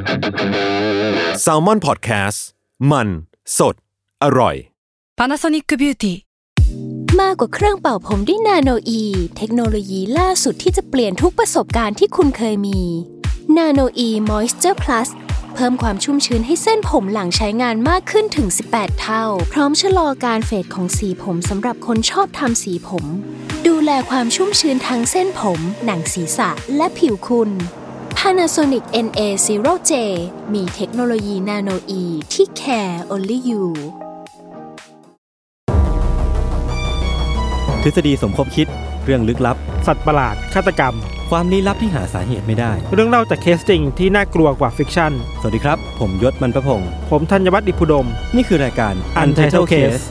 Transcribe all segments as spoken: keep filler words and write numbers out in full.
Salmon Podcast มันสดอร่อย Panasonic Beauty มากกว่าเครื่องเป่าผมด้วยนาโนอีเทคโนโลยีล่าสุดที่จะเปลี่ยนทุกประสบการณ์ที่คุณเคยมีนาโนอี Moisture Plus เพิ่มความชุ่มชื้นให้เส้นผมหลังใช้งานมากขึ้นถึงสิบแปดเท่าพร้อมชะลอการเฟดของสีผมสำหรับคนชอบทำสีผมดูแลความชุ่มชื้นทั้งเส้นผมหนังศีรษะและผิวคุณ Panasonic เอ็น เอ ศูนย์ เจ มีเทคโนโลยีนาโนอีที่ care only you ทฤษฎีสมคบคิดเรื่องลึกลับสัตว์ประหลาดฆาตกรรมความลี้ลับที่หาสาเหตุไม่ได้เรื่องเล่าจากเคสจริงที่น่ากลัวกว่าฟิกชั่นสวัสดีครับผมยศมันประพงษ์ผมธัญวัฒน์อิพุดมนี่คือรายการ Untitled Case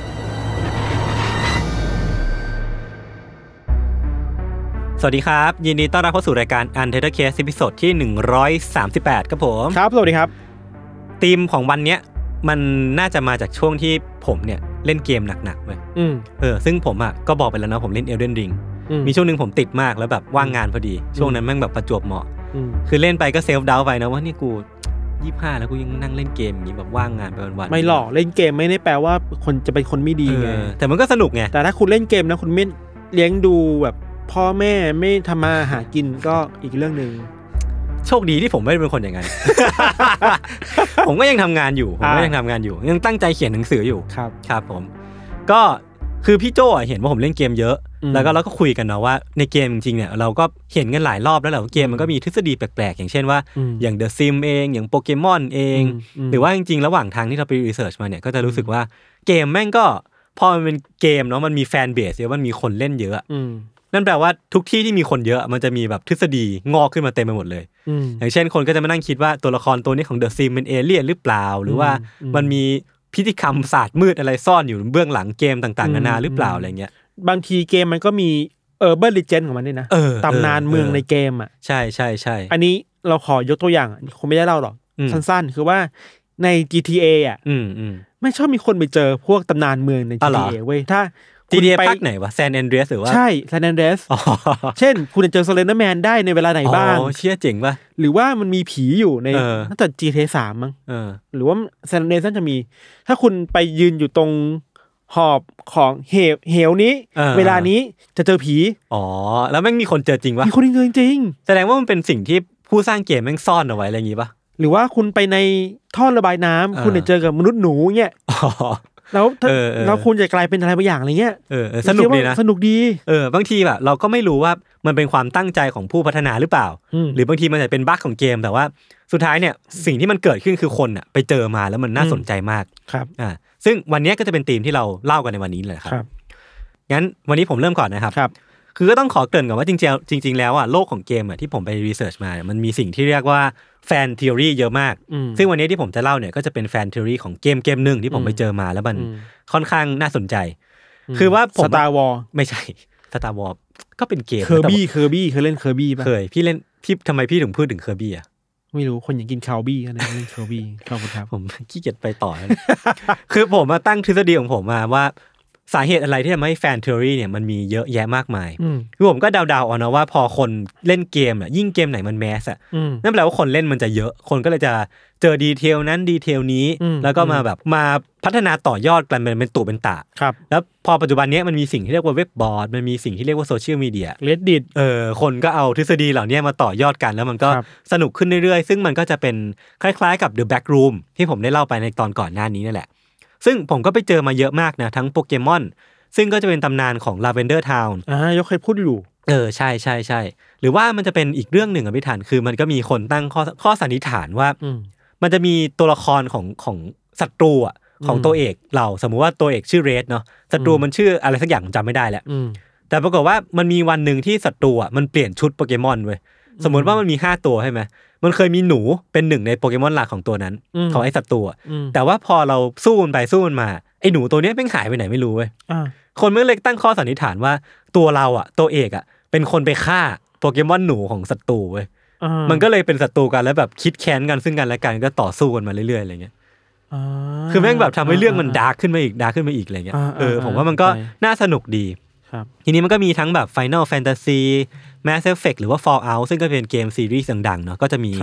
สวัสดีครับยินดีต้อนรับเข้าสู่รายการ Untitled Case ตอนที่หนึ่งร้อยสามสิบแปดครับผมครับสวัสดีครับธีมของวันนี้มันน่าจะมาจากช่วงที่ผมเนี่ยเล่นเกมหนักๆเว้ยเออซึ่งผมอ่ะก็บอกไปแล้วนะผมเล่น Elden Ring มีช่วงนึงผมติดมากแล้วแบบว่างงานพอดีช่วงนั้นแม่งแบบประจวบเหมาะคือเล่นไปก็เซลฟ์ดาวน์ไปนะว่านี่กูยี่สิบห้าแล้วกูยังนั่งเล่นเกมอย่างงี้แบบว่างงานไปวันๆไม่หรอกเล่นเกมไม่ได้แปลว่าคนจะเป็นคนไม่ดีไงแต่มันก็สนุกไงแต่ถ้าคุณเล่นเกมนะคุณไม่เลี้ยงดูแบบพ่อแม่ไม่ทำมาหากินก็อีกเรื่องนึงโชคดีที่ผมไม่ได้เป็นคนอย่างนั้น ผมก็ยังทำงานอยู่ผมก็ยังทำงานอยู่ยังตั้งใจเขียนหนังสืออยู่ครับครับผมก็คือพี่โจ้เห็นว่าผมเล่นเกมเยอะแล้วก็เราก็คุยกันเนาะว่าในเกมจริงๆเนี่ยเราก็เห็นกันหลายรอบแล้วแหละว่าเกมมันก็มีทฤษฎีแปลกๆอย่างเช่นว่าอย่าง The Sim เองอย่างโปเกมอนเองหรือว่าจริงๆระหว่างทางที่เราไปรีเสิร์ชมาเนี่ยก็จะรู้สึกว่าเกมแม่งก็พอมันเป็นเกมเนาะมันมีแฟนเบสเยอะมันมีคนเล่นเยอะนั่นแปลว่าทุกที่ที่มีคนเยอะมันจะมีแบบทฤษฎีงอกขึ้นมาเต็มไปหมดเลยอย่างเช่นคนก็จะมานั่งคิดว่าตัวละครตัวนี้ของ The Sim เป็นเอเลี่ยนหรือเปล่าหรือว่ามันมีพิธีกรรมศาสตร์มืดอะไรซ่อนอยู่เบื้องหลังเกมต่างๆนานาหรือเปล่าอะไรเงี้ยบางทีเกมมันก็มีเออเบอร์ลิเจนของมันด้วยนะตำนานเมืองในเกมอ่ะใช่ใช่ใช่อันนี้เราขอยกตัวอย่างคงไม่ได้เล่าหรอกสั้นๆคือว่าใน จี ที เอ อ่ะไม่ชอบมีคนไปเจอพวกตำนานเมืองใน จี ที เอ เว้ยถ้าจี ที เอ ภาคไหนวะแซนแอนเดรียสหรือว่าใช่แซนแอนเดรียสเช่นคุณจะเจอสเลนเดอร์แมนได้ในเวลาไหนบ้างอ๋อเชี่ยเจ๋งป่ะหรือว่ามันมีผีอยู่ในน่าจะ จี ที เอ สามมั้งหรือว่าแซนแอนเดรียสจะมีถ้าคุณไปยืนอยู่ตรงหอบของเหวเหวนี้เวลานี้จะเจอผีอ๋อแล้วแม่งมีคนเจอจริงป่ะมีคนเจอจริงแสดงว่ามันเป็นสิ่งที่ผู้สร้างเกมแม่งซ่อนเอาไว้อะไรอย่างงี้ป่ะหรือว่าคุณไปในท่อระบายน้ำคุณจะเจอกับมนุษย์หนูเงี้ยแล้วแล้วคุณจะกลายเป็นอะไรบางอย่างอะไรเงี้ยเออสนุกดีนะสนุกดีเออบางทีแบบเราก็ไม่รู้ว่ามันเป็นความตั้งใจของผู้พัฒนาหรือเปล่าหรือบางทีมันอาจจะเป็นบั๊กของเกมแต่ว่าสุดท้ายเนี่ยสิ่งที่มันเกิดขึ้นคือคนอ่ะไปเจอมาแล้วมันน่าสนใจมากครับอ่าซึ่งวันนี้ก็จะเป็นธีมที่เราเล่ากันในวันนี้เลยครับงั้นวันนี้ผมเริ่มก่อนนะครับคือก็ต้องขอเกริ่นก่อนว่าจริงๆจริงๆแล้วอ่ะโลกของเกมอ่ะที่ผมไปรีเสิร์ชมามันมีสิ่งที่เรียกว่าแฟนทีออรีเยอะมากซึ่งวันนี้ที่ผมจะเล่าเนี่ยก็จะเป็นแฟนทีออรีของเกมเกมนึงที่ผมไปเจอมาแล้วมันค่อนข้างน่าสนใจคือว่าผม Star Wars ไม่ใช่ Star Wars ก็เป็นเกม Kirby Kirby เคยเล่น Kirby ป่ะเคยพี่เล่นพี่ทำไมพี่ถึงพูดถึง Kirby อ่ะไม่รู้คนอยากกินคาวบี้กันนะเล่น Kirby ขอบคุณครับผมขี้เกียจไปต่อ คือผมมาตั้งทฤษฎีของผมมาว่าสาเหตุอะไรที่ทำให้แฟนทีออรีเนี่ยมันมีเยอะแยะมากมายคือผมก็เดาๆเอานะว่าพอคนเล่นเกมอ่ะยิ่งเกมไหนมันแมสอ่ะนั่นแปลว่าคนเล่นมันจะเยอะคนก็เลยจะเจอดีเทลนั้นดีเทลนี้แล้วก็มาแบบมาพัฒนาต่อยอดกันเป็นเป็นตู่เป็นตาแล้วพอปัจจุบันนี้มันมีสิ่งที่เรียกว่าเว็บบอร์ดมันมีสิ่งที่เรียกว่าโซเชียลมีเดีย Reddit เออคนก็เอาทฤษฎีเหล่านี้มาต่อยอดกันแล้วมันก็สนุกขึ้นเรื่อยๆซึ่งมันก็จะเป็นคล้ายๆกับ The Back Room ที่ผมได้เล่าไปในตอนก่อนหน้านี้นั่นแหละซึ่งผมก็ไปเจอมาเยอะมากนะทั้งโปเกมอนซึ่งก็จะเป็นตำนานของ Lavender Town อ่ายกเคยพูดอยู่เออใช่ๆๆหรือว่ามันจะเป็นอีกเรื่องหนึ่งอ่ะพี่ฐานคือมันก็มีคนตั้งข้อข้อสันนิษฐานว่ามันจะมีตัวละครของของศัตรูอ่ะของตัวเอกเราสมมุติว่าตัวเอกชื่อเรดเนาะศัตรูมันชื่ออะไรสักอย่างผมจำไม่ได้แล้วแต่ปรากฏว่ามันมีวันนึงที่ศัตรูอ่ะมันเปลี่ยนชุดโปเกมอนเว้ยสมมุติว่ามันมีห้าตัวใช่มั้ยมันเคยมีหนูเป็นหนึ่งในโปเกมอนหลักของตัวนั้นของไอ้ศัตรูแต่ว่าพอเราสู้มันไปสู้มันมาไอ้หนูตัวนี้แม่งหายไปไหนไม่รู้เว้ยคนเมื่อเล็กตั้งข้อสันนิษฐานว่าตัวเราอ่ะตัวเอกอ่ะเป็นคนไปฆ่าโปเกมอนหนูของศัตรูเว้ยมันก็เลยเป็นศัตรูกันแล้วแบบคิดแค้นกันซึ่งกันและกันก็ต่อสู้กันมาเรื่อยๆอะไรเงี้ยคือแม่งแบบทำให้เรื่องมันดาร์กขึ้นมาอีกดาร์กขึ้นมาอีกอะไรเงี้ยเออผมว่ามันก็น่าสนุกดีทีนี้มันก็มีทั้งแบบ Final Fantasy Mass Effect หรือว่า Fallout ซึ่งก็เป็นเกมซีรีส์ดังๆเนาะก็จะมี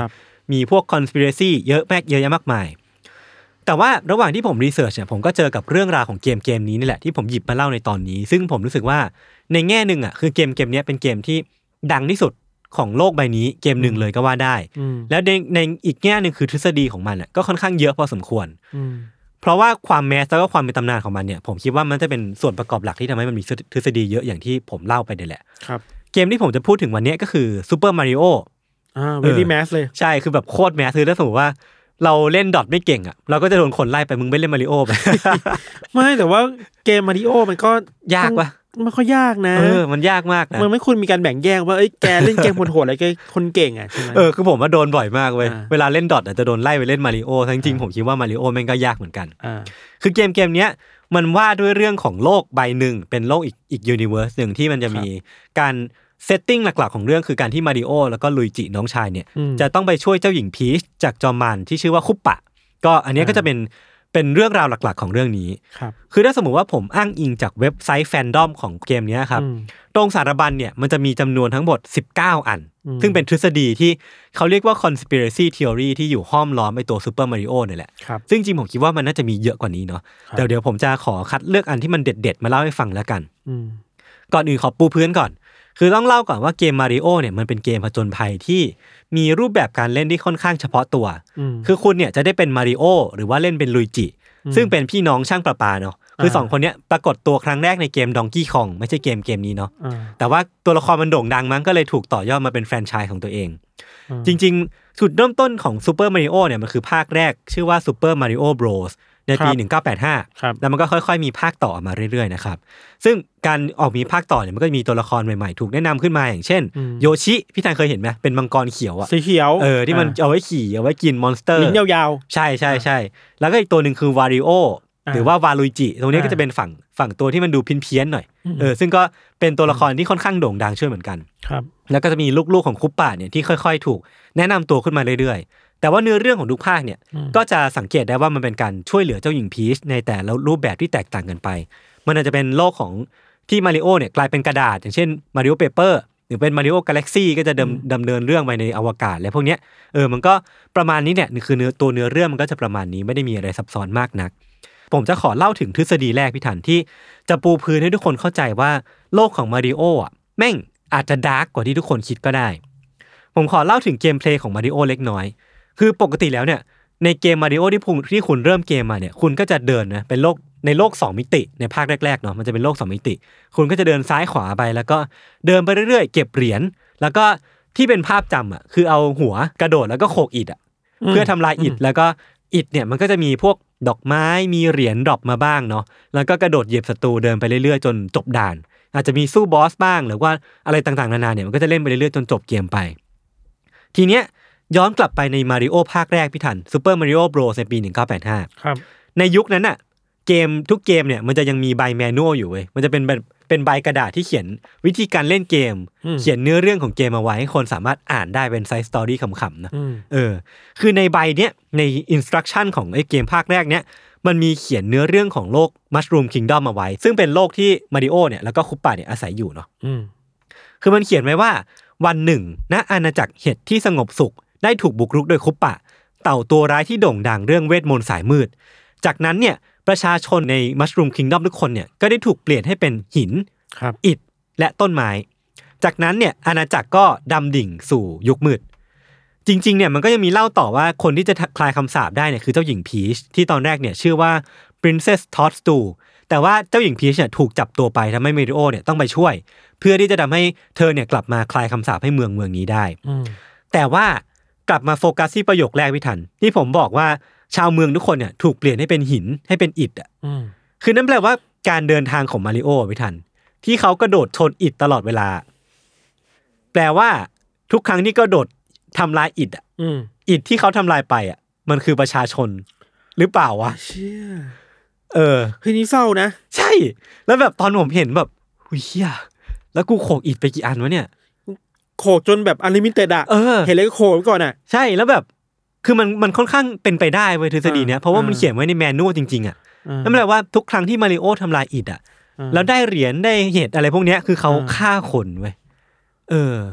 มีพวก conspiracy เยอะแม่เยอะแยะมากมายแต่ว่าระหว่างที่ผมรีเสิร์ชเนี่ยผมก็เจอกับเรื่องราวของเกมเกมนี้นี่แหละที่ผมหยิบมาเล่าในตอนนี้ซึ่งผมรู้สึกว่าในแง่นึงอ่ะคือเกมเกมนี้เป็นเกมที่ดังที่สุดของโลกใบนี้เกมหนึ่งเลยก็ว่าได้แล้วในในอีกแง่นึงคือทฤษฎีของมันอ่ะก็ค่อนข้างเยอะพอสมควรเพราะว่าความแมสแล้วก็ความเป็นตำนานของมันเนี่ยผมคิดว่ามันจะเป็นส่วนประกอบหลักที่ทำให้มันมีทฤษฎีเยอะอย่างที่ผมเล่าไปนี่แหละครับเกมที่ผมจะพูดถึงวันนี้ก็คือ Super Mario อ่า very mass เลยใช่คือแบบโคตรแมสคือถ้าสมมติว่าเราเล่นดอทไม่เก่งอ่ะเราก็จะโดนคนไล่ไปมึงไม่เล่นมาริโอไปไม่แต่ว่าเกมมาริโอมันก็ยากว่ะมันก็ยากนะเออมันยากมากนะมันไม่ควรมีการแบ่งแยกว่าเอ้ยแกเล่นเกมโหดๆอะไรแกคนเก่งอ่ะใช่มั้ยเออคือผมว่าโดนบ่อยมากเว้ยเวลาเล่นดอทอ่ะจะโดนไล่ไปเล่นมาริโอจริงๆผมคิดว่ามาริโอแม่งก็ยากเหมือนกันอ่าคือเกมเกมเนี้ยมันว่าด้วยเรื่องของโลกใบนึงเป็นโลกอีกอีกยูนิเวอร์สนึงที่มันจะมีการเซตติ้งหลักๆของเรื่องคือการที่มาริโอแล้วก็ลุยจิน้องชายเนี่ยจะต้องไปช่วยเจ้าหญิงพีชจากจอมมารที่ชื่อว่าคุปปะก็อันนี้ก็จะเป็นเป็นเรื่องราวหลักๆของเรื่องนี้ครับคือถ้าสมมุติว่าผมอ้างอิงจากเว็บไซต์แฟนดอมของเกมนี้ครับตรงสารบัญเนี่ยมันจะมีจำนวนทั้งหมดสิบเก้าอันซึ่งเป็นทฤษฎีที่เขาเรียกว่า conspiracy theory ที่อยู่ห้อมล้อมไอ้ตัว Super Mario นี่แหละซึ่งจริงผมคิดว่ามันน่าจะมีเยอะกว่านี้เนาะเดี๋ยวเดี๋ยวผมจะขอคัดเลือกอันที่มันเด็ดๆมาเล่าให้ฟังแล้วกันก่อนอื่นขอปูพื้นก่อนคือต้องเล่าก่อนว่าเกม Mario เนี่ยมันเป็นเกมผจญภัยที่มีรูปแบบการเล่นที่ค่อนข้างเฉพาะตัวคือคุณเนี่ยจะได้เป็น Mario หรือว่าเล่นเป็นลุยจิซึ่งเป็นพี่น้องช่างประปาเนาะคือสองคนเนี้ยปรากฏตัวครั้งแรกในเกม Donkey Kong ไม่ใช่เกมเกมนี้เนาะแต่ว่าตัวละครมันโด่งดังมั้งก็เลยถูกต่อยอดมาเป็นแฟรนไชส์ของตัวเองจริงๆจุดเริ่มต้นของ Super Mario เนี่ยมันคือภาคแรกชื่อว่า Super Mario Brosในปีหนึ่งพันเก้าร้อยแปดสิบห้าแล้วมันก็ค่อยๆมีภาคต่อมาเรื่อยๆนะครับซึ่งการออกมีภาคต่อเนี่ยมันก็มีตัวละครใหม่ๆถูกแนะนำขึ้นมาอย่างเช่นโยชิพี่ธันเคยเห็นไหมเป็นมังกรเขียวอ่ะสีเขียวเออที่มันเอาไว้ขี่เอาไว้กินมอนสเตอร์ลิ้นยาวๆใช่ๆๆแล้วก็อีกตัวนึงคือวาริโอหรือว่าวาลุยจิตรงนี้ก็จะเป็นฝั่งฝั่งตัวที่มันดูเพี้ยนๆหน่อยเออซึ่งก็เป็นตัวละครที่ค่อนข้างโด่งดังช่วยเหมือนกันครับแล้วก็จะมีลูกๆของคุปปะเนี่ยที่ค่อยๆถูกแนะนำตัวขึ้นมาเรื่อยๆแต่ว่าเนื้อเรื่องของทุกภาคเนี่ยก็จะสังเกตได้ว่ามันเป็นการช่วยเหลือเจ้าหญิงพีชในแต่ละรูปแบบที่แตกต่างกันไปมันอาจจะเป็นโลกของที่มาริโอเนี่ยกลายเป็นกระดาษอย่างเช่นมาริโอเปเปอร์หรือเป็นมาริโอกาแล็กซี่ก็จะดำดำเนินเรื่องไปในอวกาศและพวกเนี้ยเออมันก็ประมาณนี้เนี่ยคือเนื้อตัวเนื้อเรื่องมันก็จะประมาณนี้ไม่ได้มีอะไรซับซ้อนมากนักผมจะขอเล่าถึงทฤษฎีแรกพี่ถันที่จะปูพื้นให้ทุกคนเข้าใจว่าโลกของมาริโออ่ะแม่งอาจจะดาร์กกว่าที่ทุกคนคิดก็ได้ผมขอเล่าถึงเกมเพลย์ของมาริโอเล็กน้อยคือปกติแล้วเนี่ยในเกมมาริโอที่คุณที่คุณเริ่มเกมมาเนี่ยคุณก็จะเดินนะเป็นโลกในโลกสองมิติในภาคแรกๆเนาะมันจะเป็นโลกสองมิติคุณก็จะเดินซ้ายขวาไปแล้วก็เดินไปเรื่อยๆเก็บเหรียญแล้วก็ที่เป็นภาพจำอ่ะคือเอาหัวกระโดดแล้วก็โขกอิฐอ่ะเพื่อทำลายอิฐแล้วก็อิฐเนี่ยมันก็จะมีพวกดอกไม้มีเหรียญดรอปมาบ้างเนาะแล้วก็กระโดดเหยียบศัตรูเดินไปเรื่อยๆจนจบด่านอาจจะมีสู้บอสบ้างหรือว่าอะไรต่างๆนานาเนี่ยมันก็จะเล่นไปเรื่อยๆจนจบเกมไปทีเนี้ยย้อนกลับไปใน Mario ภาคแรกพี่ทัน Super Mario Bros ในปีหนึ่งพันเก้าร้อยแปดสิบห้าครับในยุคนั้นน่ะเกมทุกเกมเนี่ยมันจะยังมีใบแมนนวลอยู่เว้ยมันจะเป็นแบบเป็นใบกระดาษที่เขียนวิธีการเล่นเกมเขียนเนื้อเรื่องของเกมเอาไว้ให้คนสามารถอ่านได้เป็นไซส์สตอรี่ขำๆนะเออคือในใบเนี้ยในอินสตรัคชั่นของไอ้เกมภาคแรกเนี้ยมันมีเขียนเนื้อเรื่องของโลก Mushroom Kingdom มาไว้ซึ่งเป็นโลกที่มาริโอเนี่ยแล้วก็คุปปะเนี่ยอาศัยอยู่เนาะคือมันเขียนไว้ว่าวันหนึ่งณอาณาจักรเห็ดที่สงบสุขได้ถูกบุกรุกโดยคุปปะเต่าตัวร้ายที่โด่งดังเรื่องเวทมนต์สายมืดจากนั้นเนี่ยประชาชนใน Mushroom Kingdom ทุกคนเนี่ยก็ได้ถูกเปลี่ยนให้เป็นหินอิฐและต้นไม้จากนั้นเนี่ยอาณาจักรก็ดำดิ่งสู่ยุคมืดจริงๆเนี่ยมันก็ยังมีเล่าต่อว่าคนที่จะคลายคำสาปได้เนี่ยคือเจ้าหญิงพีชที่ตอนแรกเนี่ยชื่อว่า Princess Toadstool แต่ว่าเจ้าหญิงพีชเนี่ยถูกจับตัวไปทำให้มาริโอเนี่ยต้องไปช่วยเพื่อที่จะทำให้เธอเนี่ยกลับมาคลายคำสาปให้เมืองเมืองนี้ได้แต่ว่ากลับมาโฟกัสที่ประโยคแรกพี่ทันที่ผมบอกว่าชาวเมืองทุกคนเนี่ยถูกเปลี่ยนให้เป็นหินให้เป็นอิฐอ่ะคือนั่นแปลว่าการเดินทางของมาริโอพี่ทันที่เขากระโดดชนอิฐตลอดเวลาแปลว่าทุกครั้งที่กระโดดทำลายอิฐอ่ะอิฐที่เขาทำลายไปอ่ะมันคือประชาชนหรือเปล่าวะเชี่ยเออคือนี่เศร้านะใช่แล้วแบบตอนผมเห็นแบบหุยเหี้ยแล้วกูโขกอิฐไปกี่อันวะเนี่ยโขกจนแบบอันลิมิเต็ดอ่ะเห็นเลยก็โขกก่อนอ่ะใช่แล้วแบบคือมันมันค่อนข้างเป็นไปได้เว้ยทฤษฎีเนี้ยเพราะว่ามันเขียนไว้ในแมนนวลจริงๆอ่ะนั่นแปลว่าทุกครั้งที่มาริโอทำลายอิฐอ่ะแล้วได้เหรียญได้เหตุอะไรพวกเนี้ยคือเขาฆ่าคนเว้ยเออ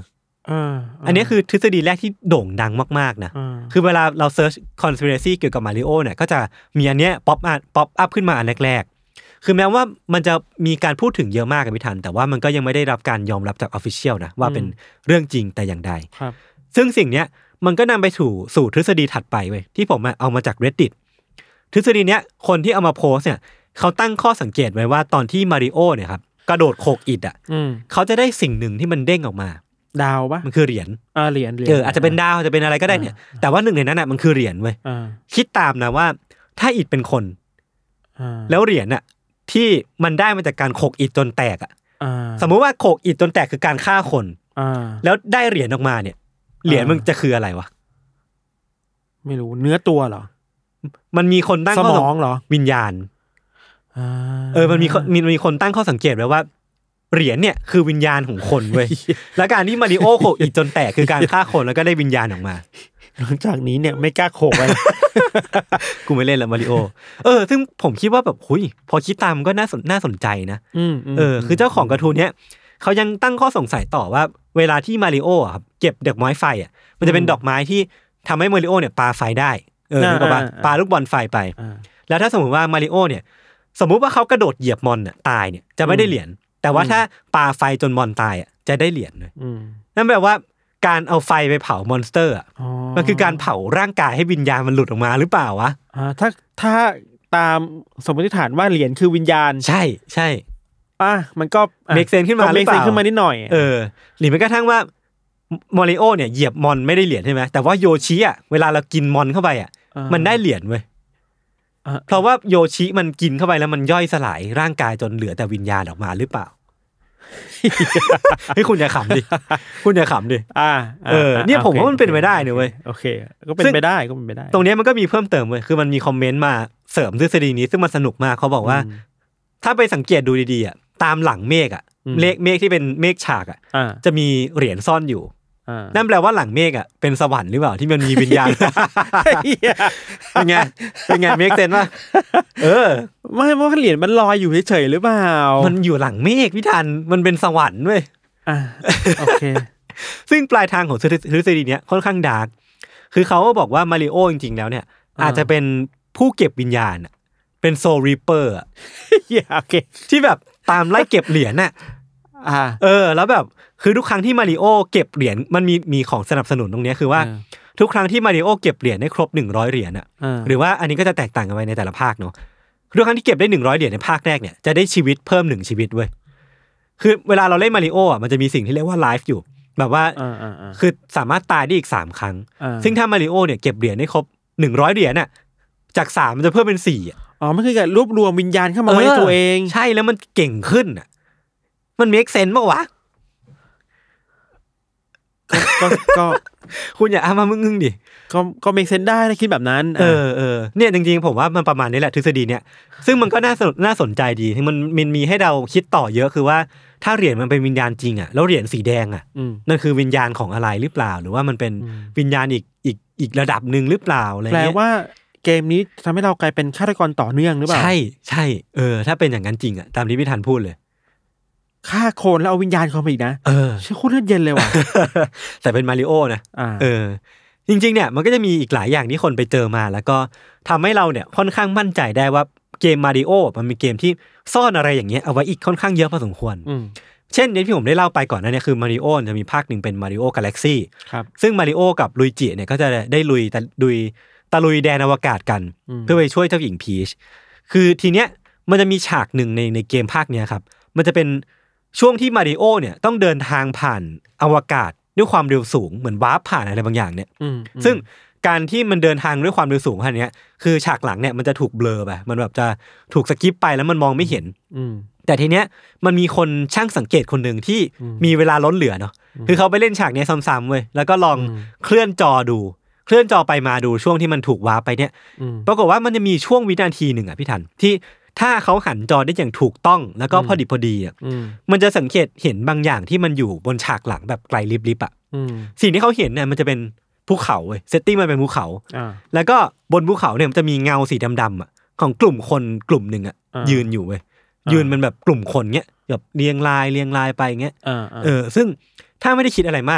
อ่าอันนี้คือทฤษฎีแรกที่โด่งดังมากๆนะคือเวลาเราเซิร์ช conspiracy เกี่ยวกับมาริโอเนี่ยก็จะมีอันเนี้ยป๊อปอัพป๊อปอัพขึ้นมาอันแรกๆคือแม้ว่ามันจะมีการพูดถึงเยอะมากกับพี่ทันแต่ว่ามันก็ยังไม่ได้รับการยอมรับจาก official นะว่าเป็นเรื่องจริงแต่อย่างใดซึ่งสิ่งเนี้ยมันก็นำไปสู่สู่ทฤษฎีถัดไปเว้ยที่ผมเอามาจาก Reddit ทฤษฎีเนี้ยคนที่เอามาโพสเนี่ยเขาตั้งข้อสังเกตไว้ว่าตอนที่มาริโอเนี่ยครับกระโดดโขกอิฐอ่ะเขาจะได้สิ่งหนึ่งที่มันเด้งออกมาดาวปะมันคือเหรียญอ่าเหรียญเอออาจจะเป็นดาวจะเป็นอะไรก็ได้เนี่ยแต่ว่าหนึ่งในนั้นอ่ะมันคือเหรียญเว้ยคิดตามนะว่าถ้าอิฐเป็นคนแล้วเหรียญอ่ะที่มันได้มาจากการโขกอิฐจนแตกอ่ะสมมุติว่าโขกอิฐจนแตกคือการฆ่าคนแล้วได้เหรียญออกมาเนี่ยเหรียญมันจะคืออะไรวะไม่รู้เนื้อตัวเหรอมันมีคนตั้งข้อสมองเหรอวิญญาณเออมันมีมีมีคนตั้งข้อสังเกตไว้ว่าเหรียญเนี่ยคือวิญญาณของคนเว้ย และการที่มาริโอโขกอิฐจนแตกคือการฆ่าคนแล้วก็ได้วิญญาณออกมาหลังจากนี้เนี่ยไม่กล้าโขกเลยกูไม่เล่นแล้วมาริโอเออซึ่งผมคิดว่าแบบหุยพอคิดตามก็น่าสนน่าสนใจนะเออคือเจ้าของการ์ตูนเนี้ยเขายังตั้งข้อสงสัยต่อว่าเวลาที่มาริโออ่ะเก็บดอกไม้ไฟอ่ะมันจะเป็นดอกไม้ที่ทำให้มาริโอเนี่ยปาไฟได้เออนึกออกป่ะปาลูกบอลไฟไปแล้วถ้าสมมติว่ามาริโอเนี่ยสมมุติว่าเขากระโดดเหยียบมอนน่ะตายเนี่ยจะไม่ได้เหรียญแต่ว่าถ้าปาไฟจนมอนตายอ่ะจะได้เหรียญเลยนั่นแปลว่าการเอาไฟไปเผามอนสเตอร์อ่ะมันคือการเผาร่างกายให้วิญญาณมันหลุดออกมาหรือเปล่าวะอ่าถ้าถ้าตามสมมติฐานว่าเหรียญคือวิญญาณใช่ใช่ป่ะมันก็เมคเซนขึ้นมาหรือเปล่าเมคเซนขึ้นมานิดหน่อยเออหรือแม้กระทั่งว่ามาริโอเนี่ยเหยียบมอนไม่ได้เหรียญใช่ไหมแต่ว่าโยชิอ่ะเวลาเรากินมอนเข้าไปอ่ะมันได้เหรียญเว้ยเพราะว่าโยชิมันกินเข้าไปแล้วมันย่อยสลายร่างกายจนเหลือแต่วิญญาณออกมาหรือเปล่าให้คุณอย่าขำดิคุณอย่าขำดิอ่าเออเนี่ยผมว่ามันเป็นไปได้เนี่ยเว้ยโอเคก็เป็นไปได้ก็เป็นไปได้ตรงนี้มันก็มีเพิ่มเติมเว้ยคือมันมีคอมเมนต์มาเสริมทฤษฎีนี้ซึ่งมันสนุกมากเขาบอกว่าถ้าไปสังเกตดูดีๆอ่ะตามหลังเมฆอ่ะเลขเมฆที่เป็นเมฆฉากอ่ะจะมีเหรียญซ่อนอยู่นั่นแปลว่าหลังเมฆอ่ะเป็นสวรรค์หรือเปล่าที่มันมีวิญญาณเป็นไงเป็นไงเมฆเซนป่ะเออไม่เพราะเหรียญมันลอยอยู่เฉยๆหรือเปล่ามันอยู่หลังเมฆพี่ทันมันเป็นสวรรค์เว้ยอ่าโอเคซึ่งปลายทางของทฤษฎีเนี้ยค่อนข้างดาร์กคือเขาก็บอกว่ามาริโอจริงๆแล้วเนี่ยอาจจะเป็นผู้เก็บวิญญาณเป็นโซลรีเปอร์อ่ะโอเคที่แบบตามไล่เก็บเหรียญน่ะอ่าเออแล้วแบบคือทุกครั้งที่มาริโอเก็บเหรียญมันมีมีของสนับสนุนตรงนี้คือว่าทุกครั้งที่มาริโอเก็บเหรียญได้ครบหนึ่งร้อยเหรียญอ่ะหรือว่าอันนี้ก็จะแตกต่างกันไปในแต่ละภาคเนาะทุกครั้งที่เก็บได้หนึ่งร้อยเหรียญในภาคแรกเนี่ยจะได้ชีวิตเพิ่มหนึ่งชีวิตเว้ยคือเวลาเราเล่นมาริโออ่ะมันจะมีสิ่งที่เรียกว่าไลฟ์อยู่แบบว่าคือสามารถตายได้อีกสามครั้งซึ่งถ้ามาริโอเนี่ยเก็บเหรียญได้ครบหนึ่งร้อยเหรียญน่ะจากสามมันจะเพิ่มเป็นสี่อ่ะอ๋อมันคือการรวบรวมวิญญาณเข้ามาไว้ในตัวเองใช่แล้วมันเก่งขึ้นอ่ะมันเมคเซนส์ป่ะวะก็ก็คุณอย่าอ้ามามึงๆดิก็ก็เมคเซนส์ได้ถ้าคิดแบบนั้นเออเออเนี่ยจริงๆผมว่ามันประมาณนี้แหละทฤษฎีเนี่ยซึ่งมันก็น่าสนน่าสนใจดีที่มันมันมีให้เราคิดต่อเยอะคือว่าถ้าเหรียญมันเป็นวิญญาณจริงอ่ะแล้วเหรียญสีแดงอ่ะนั่นคือวิญญาณของอะไรหรือเปล่าหรือว่ามันเป็นวิญญาณอีกอีกอีกระดับนึงหรือเปล่าอะไรเงี้ยแปลว่าเกมนี้ทำให้เรากลายเป็นฆาตกรต่อเนื่องหรือเปล่าใช่ใช่เออถ้าเป็นอย่างนั้นจริงอ่ะตามที่พี่ธันพูดเลยฆ่าคนแล้วเอาวิญญาณเขาไปอีกนะเออใช่โคตรเย็นเลยว่ะแต่เป็นมาริโอนะเออจริงๆเนี่ยมันก็จะมีอีกหลายอย่างที่คนไปเจอมาแล้วก็ทำให้เราเนี่ยค่อนข้างมั่นใจได้ว่าเกมมาริโอมันเป็นเกมที่ซ่อนอะไรอย่างเงี้ยเอาไว้อีกค่อนข้างเยอะพอสมควรเช่นที่ผมได้เล่าไปก่อนหน้านี้คือมาริโอจะมีภาคหนึ่งเป็นมาริโอกาแล็กซี่ซึ่งมาริโอกับลุยจิเนี่ยก็จะได้ลุยตะลุยตะลุยแดนอวกาศกันเพื่อไปช่วยเจ้าหญิงพีชคือทีเนี้ยมันจะมีฉากหนึ่งในในเกมภาคเนี้ยครับมันจะเป็นช่วงที่มาริโอเนี่ยต้องเดินทางผ่านอวกาศด้วยความเร็วสูงเหมือนวาร์ปผ่านอะไรบางอย่างเนี่ยซึ่งการที่มันเดินทางด้วยความเร็วสูงขนาดนี้คือฉากหลังเนี่ยมันจะถูกเบลอไปมันแบบจะถูกสกิปไปแล้วมันมองไม่เห็นแต่ทีเนี้ยมันมีคนช่างสังเกตคนหนึ่งที่มีเวลาล้นเหลือเนาะคือเขาไปเล่นฉากนี้ซ้ำๆเว้ยแล้วก็ลองเคลื่อนจอดูเคลื่อนจอไปมาดูช่วงที่มันถูกวาร์ปไปเนี่ยปรากฏว่ามันจะมีช่วงวินาทีหนึ่งอ่ะพี่ทันที่ถ้าเขาหันจอได้อย่างถูกต้องแล้วก็พอดิบพอดีอ่ะมันจะสังเกตเห็นบางอย่างที่มันอยู่บนฉากหลังแบบไกลลิบๆอ่ะสิ่งที่เขาเห็นเนี่ยมันจะเป็นภูเขาเว้ยเซตติ้งมันเป็นภูเขาแล้วก็บนภูเขาเนี่ยมันจะมีเงาสีดำๆอ่ะของกลุ่มคนกลุ่มหนึ่งอ่ะยืนอยู่เว้ยยืนมันแบบกลุ่มคนเงี้ยแบบเรียงรายเรียงรายไปเงี้ยเออซึ่งถ้าไม่ได้คิดอะไรมากอ่ะ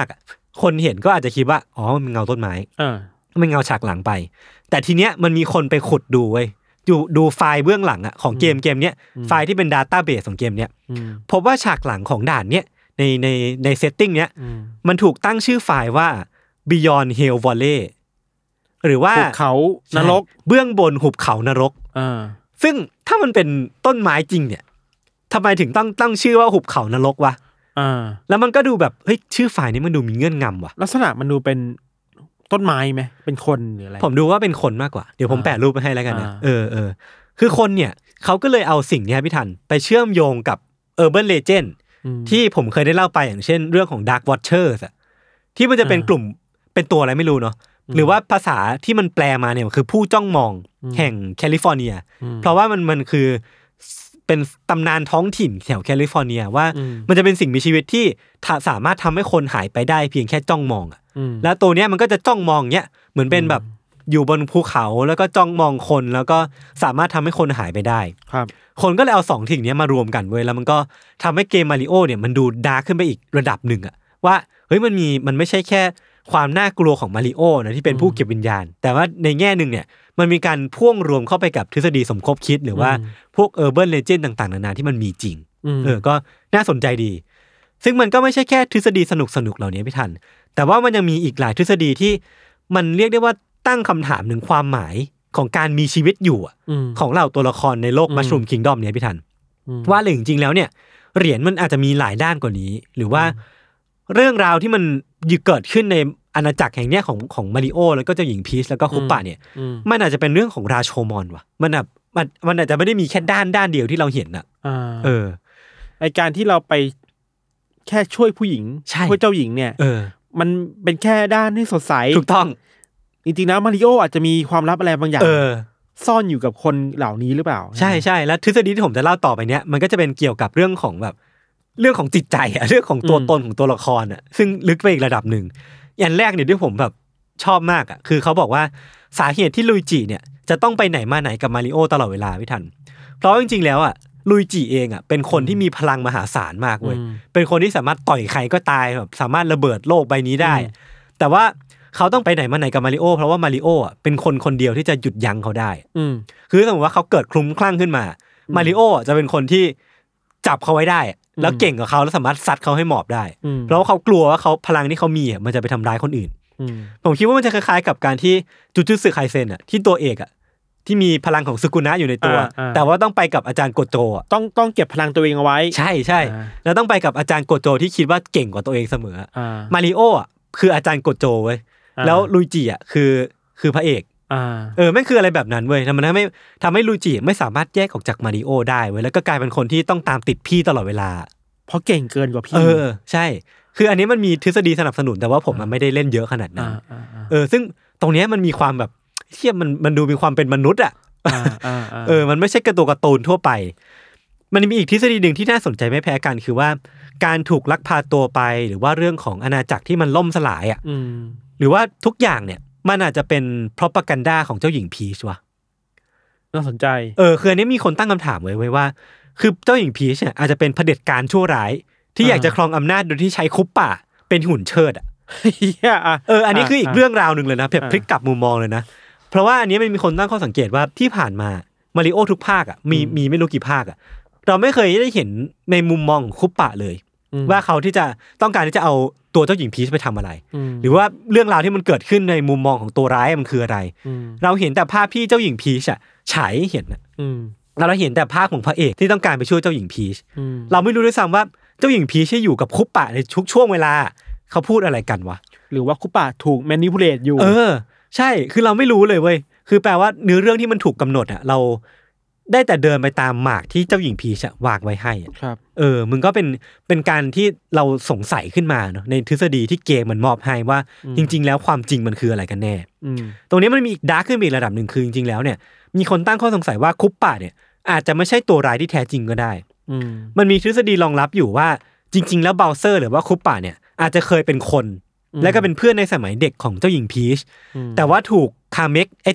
คนเห็นก็อาจจะคิดว่าอ๋อมันเงาต้นไม้อ่ามันเงาฉากหลังไปแต่ทีเนี้ยมันมีคนไปขุดดูเว้ยดูดูไฟล์เบื้องหลังอ่ะของเกมเกมเนี้ยไฟล์ที่เป็น database ของเกมเนี้ยพบว่าฉากหลังของด่านเนี้ยในในในเซตติ้งเนี้ยมันถูกตั้งชื่อไฟล์ว่า Beyond Hell Valley หรือว่าหุบเขานรกเบื้องบนหุบเขานรกอ่าซึ่งถ้ามันเป็นต้นไม้จริงเนี่ยทำไมถึงต้องตั้งชื่อว่าหุบเขานรกวะอ่าแล้วมันก็ดูแบบเฮ้ยชื่อไฟล์นี้มันดูมีเงื่อนงำว่ะลักษณะมันดูเป็นต้นไม้ไหมเป็นคนหรืออะไรผมดูว่าเป็นคนมากกว่าเดี๋ยวผมแปะรูปไปให้แล้วกันนะเออเออคือคนเนี่ยเขาก็เลยเอาสิ่งนี้พี่ทันไปเชื่อมโยงกับ Urban Legend ที่ผมเคยได้เล่าไปอย่างเช่นเรื่องของ Dark Watchers อ่ะที่มันจะเป็นกลุ่มเป็นตัวอะไรไม่รู้เนาะหรือว่าภาษาที่มันแปลมาเนี่ยคือผู้จ้องมองแห่งแคลิฟอร์เนียเพราะว่ามันมันคือเป็นตำนานท้องถิ่นแถวแคลิฟอร์เนียว่ามันจะเป็นสิ่งมีชีวิตที่สามารถทำให้คนหายไปได้เพียงแค่จ้องมองอ่ะแล้วตัวเนี้ยมันก็จะจ้องมองเนี้ยเหมือนเป็นแบบอยู่บนภูเขาแล้วก็จ้องมองคนแล้วก็สามารถทำให้คนหายไปได้ครับคนก็เลยเอาสองสิ่งนี้มารวมกันเว้ยแล้วมันก็ทำให้เกมมาริโอเนี่ยมันดูดาร์กขึ้นไปอีกระดับหนึ่งอ่ะว่าเฮ้ยมันมีมันไม่ใช่แค่ความน่ากลัวของมาริโอนะที่เป็นผู้เก็บวิญญาณแต่ว่าในแง่นึงเนี่ยมันมีการพ่วงรวมเข้าไปกับทฤษฎีสมคบคิดหรือว่าพวก Urban Legend ต่างๆนานาที่มันมีจริงเออก็น่าสนใจดีซึ่งมันก็ไม่ใช่แค่ทฤษฎีสนุกๆเหล่านี้พี่ทันแต่ว่ามันยังมีอีกหลายทฤษฎีที่มันเรียกได้ว่าตั้งคำถามถึงความหมายของการมีชีวิตอยู่ของเหล่าตัวละครในโลก Mushroom Kingdom เนี่ยพี่ทันว่าจริงๆแล้วเนี่ยเหรียญมันอาจจะมีหลายด้านกว่านี้หรือว่าเรื่องราวที่มันเกิดขึ้นในอาณาจักรแห่งเนี้ยของของมาริโอแล้วก็เจ้าหญิงพีชแล้วก็คุปปะเนี่ยมันอาจจะเป็นเรื่องของราโชมอนว่ะมันแบบมันมันอาจจะไม่ได้มีแค่ด้านด้านเดียวที่เราเห็นอ่ะเออไอการที่เราไปแค่ช่วยผู้หญิงช่วยเจ้าหญิงเนี่ยเออมันเป็นแค่ด้านที่สดใสถูกต้องจริงๆนะมาริโออาจจะมีความลับอะไรบางอย่างซ่อนอยู่กับคนเหล่านี้หรือเปล่าใช่ใช่แล้วทฤษฎีที่ผมจะเล่าต่อไปเนี้ยมันก็จะเป็นเกี่ยวกับเรื่องของแบบเรื่องของจิตใจอะเรื่องของตัวตนของตัวละครอะซึ่งลึกไปอีกระดับหนึ่งอย่างแรกเนี่ยที่ผมแบบชอบมากอ่ะคือเขาบอกว่าสาเหตุที่ลุยจิเนี่ยจะต้องไปไหนมาไหนกับมาริโอตลอดเวลาพี่ทันเพราะจริงๆแล้วอ่ะลุยจิเองอ่ะเป็นคนที่มีพลังมหาศาลมากเว้ยเป็นคนที่สามารถต่อยใครก็ตายแบบสามารถระเบิดโลกใบนี้ได้แต่ว่าเขาต้องไปไหนมาไหนกับมาริโอเพราะว่ามาริโออ่ะเป็นคนคนเดียวที่จะหยุดยั้งเขาได้คือสมมติว่าเขาเกิดคลุ้มคลั่งขึ้นมามาริโอจะเป็นคนที่จับเขาไว้ได้แล้วเก่งกว่าเขาแล้วสามารถซัดเขาให้หมอบได้เพราะเขากลัวว่าเขาพลังที่เขามีอ่ะมันจะไปทำร้ายคนอื่นผมคิดว่ามันจะคล้ายๆกับการที่จูจูสึไคเซ็นอ่ะที่ตัวเอกอ่ะที่มีพลังของซึกุนะอยู่ในตัวแต่ว่าต้องไปกับอาจารย์โกโจอ่ะต้องต้องเก็บพลังตัวเองเอาไว้ใช่ใช่แล้วต้องไปกับอาจารย์โกโจที่คิดว่าเก่งกว่าตัวเองเสมอมาริโออ่ะคืออาจารย์โกโจเว้ยแล้วลุยจิอ่ะคือคือพระเอกเออไม่คืออะไรแบบนั้นเว้ยทำให้ทำให้ลุยจิไม่สามารถแยกออกจากมาริโอได้เว้ยแล้วก็กลายเป็นคนที่ต้องตามติดพี่ตลอดเวลาเพราะเก่งเกินกว่าพี่เออใช่คืออันนี้มันมีทฤษฎีสนับสนุนแต่ว่าผมมันไม่ได้เล่นเยอะขนาดนั้นเออซึ่งตรงนี้มันมีความแบบเทียบมันมันดูมีความเป็นมนุษย์อ่ะเออมันไม่ใช่กระตัวการ์ตูนทั่วไปมันมีอีกทฤษฎีหนึ่งที่น่าสนใจไม่แพ้กันคือว่าการถูกลักพาตัวไปหรือว่าเรื่องของอาณาจักรที่มันล่มสลายอ่ะหรือว่าทุกอย่างเนี่ยมันอาจจะเป็น propaganda ของเจ้าหญิงพีชว่ะน่าสนใจเออคืออันนี้มีคนตั้งคำถามไว้ไว้ว่าคือเจ้าหญิงพีชเนี่ยอาจจะเป็นเผด็จการชั่วร้ายที่อยากจะครองอำนาจโดยที่ใช้คุปปะเป็นหุ่นเชิดอ่ะเอออันนี้คืออีกเรื่องราวนึงเลยนะแบบพลิกกลับมุมมองเลยนะเพราะว่าอันนี้มันมีคนตั้งข้อสังเกตว่าที่ผ่านมามาริโอทุกภาคอ่ะมีมีไม่รู้กี่ภาคอ่ะเราไม่เคยได้เห็นในมุมมองของคุปปะเลยว่าเขาที่จะต้องการที่จะเอาตัวเจ้าหญิงพีชไปทำอะไรหรือว่าเรื่องราวที่มันเกิดขึ้นในมุมมองของตัวร้ายมันคืออะไรเราเห็นแต่ภาพที่เจ้าหญิงพีชอ่ะฉายเห็นอ่ะเราเห็นแต่ภาพของพระเอกที่ต้องการไปช่วยเจ้าหญิงพีชเราไม่รู้ด้วยซ้ำว่าเจ้าหญิงพีชที่อยู่กับคุปปะในทุกช่วงเวลาเขาพูดอะไรกันวะหรือว่าคุปปะถูกแมนิพูเลตอยู่เออใช่คือเราไม่รู้เลยเว้ยคือแปลว่าเนื้อเรื่องที่มันถูกกำหนดอ่ะเราได้แต่เดินไปตามหมากที่เจ้าหญิงพีชวางไว้ให้ครับเออมึงก็เป็นเป็นการที่เราสงสัยขึ้นมาเนาะในทฤษฎีที่เกมมันมอบให้ว่าจริงๆแล้วความจริงมันคืออะไรกันแน่ตรงนี้มันมีอีกดาร์กขึ้นอีกระดับหนึ่งคือจริงๆแล้วเนี่ยมีคนตั้งข้อสงสัยว่าคุปปะเนี่ยอาจจะไม่ใช่ตัวร้ายที่แท้จริงก็ได้มันมีทฤษฎีรองรับอยู่ว่าจริงๆแล้วเบลเซอร์หรือว่าคุปปะเนี่ยอาจจะเคยเป็นคนและก็เป็นเพื่อนในสมัยเด็กของเจ้าหญิงพีชแต่ว่าถูกคาเมกไอตัว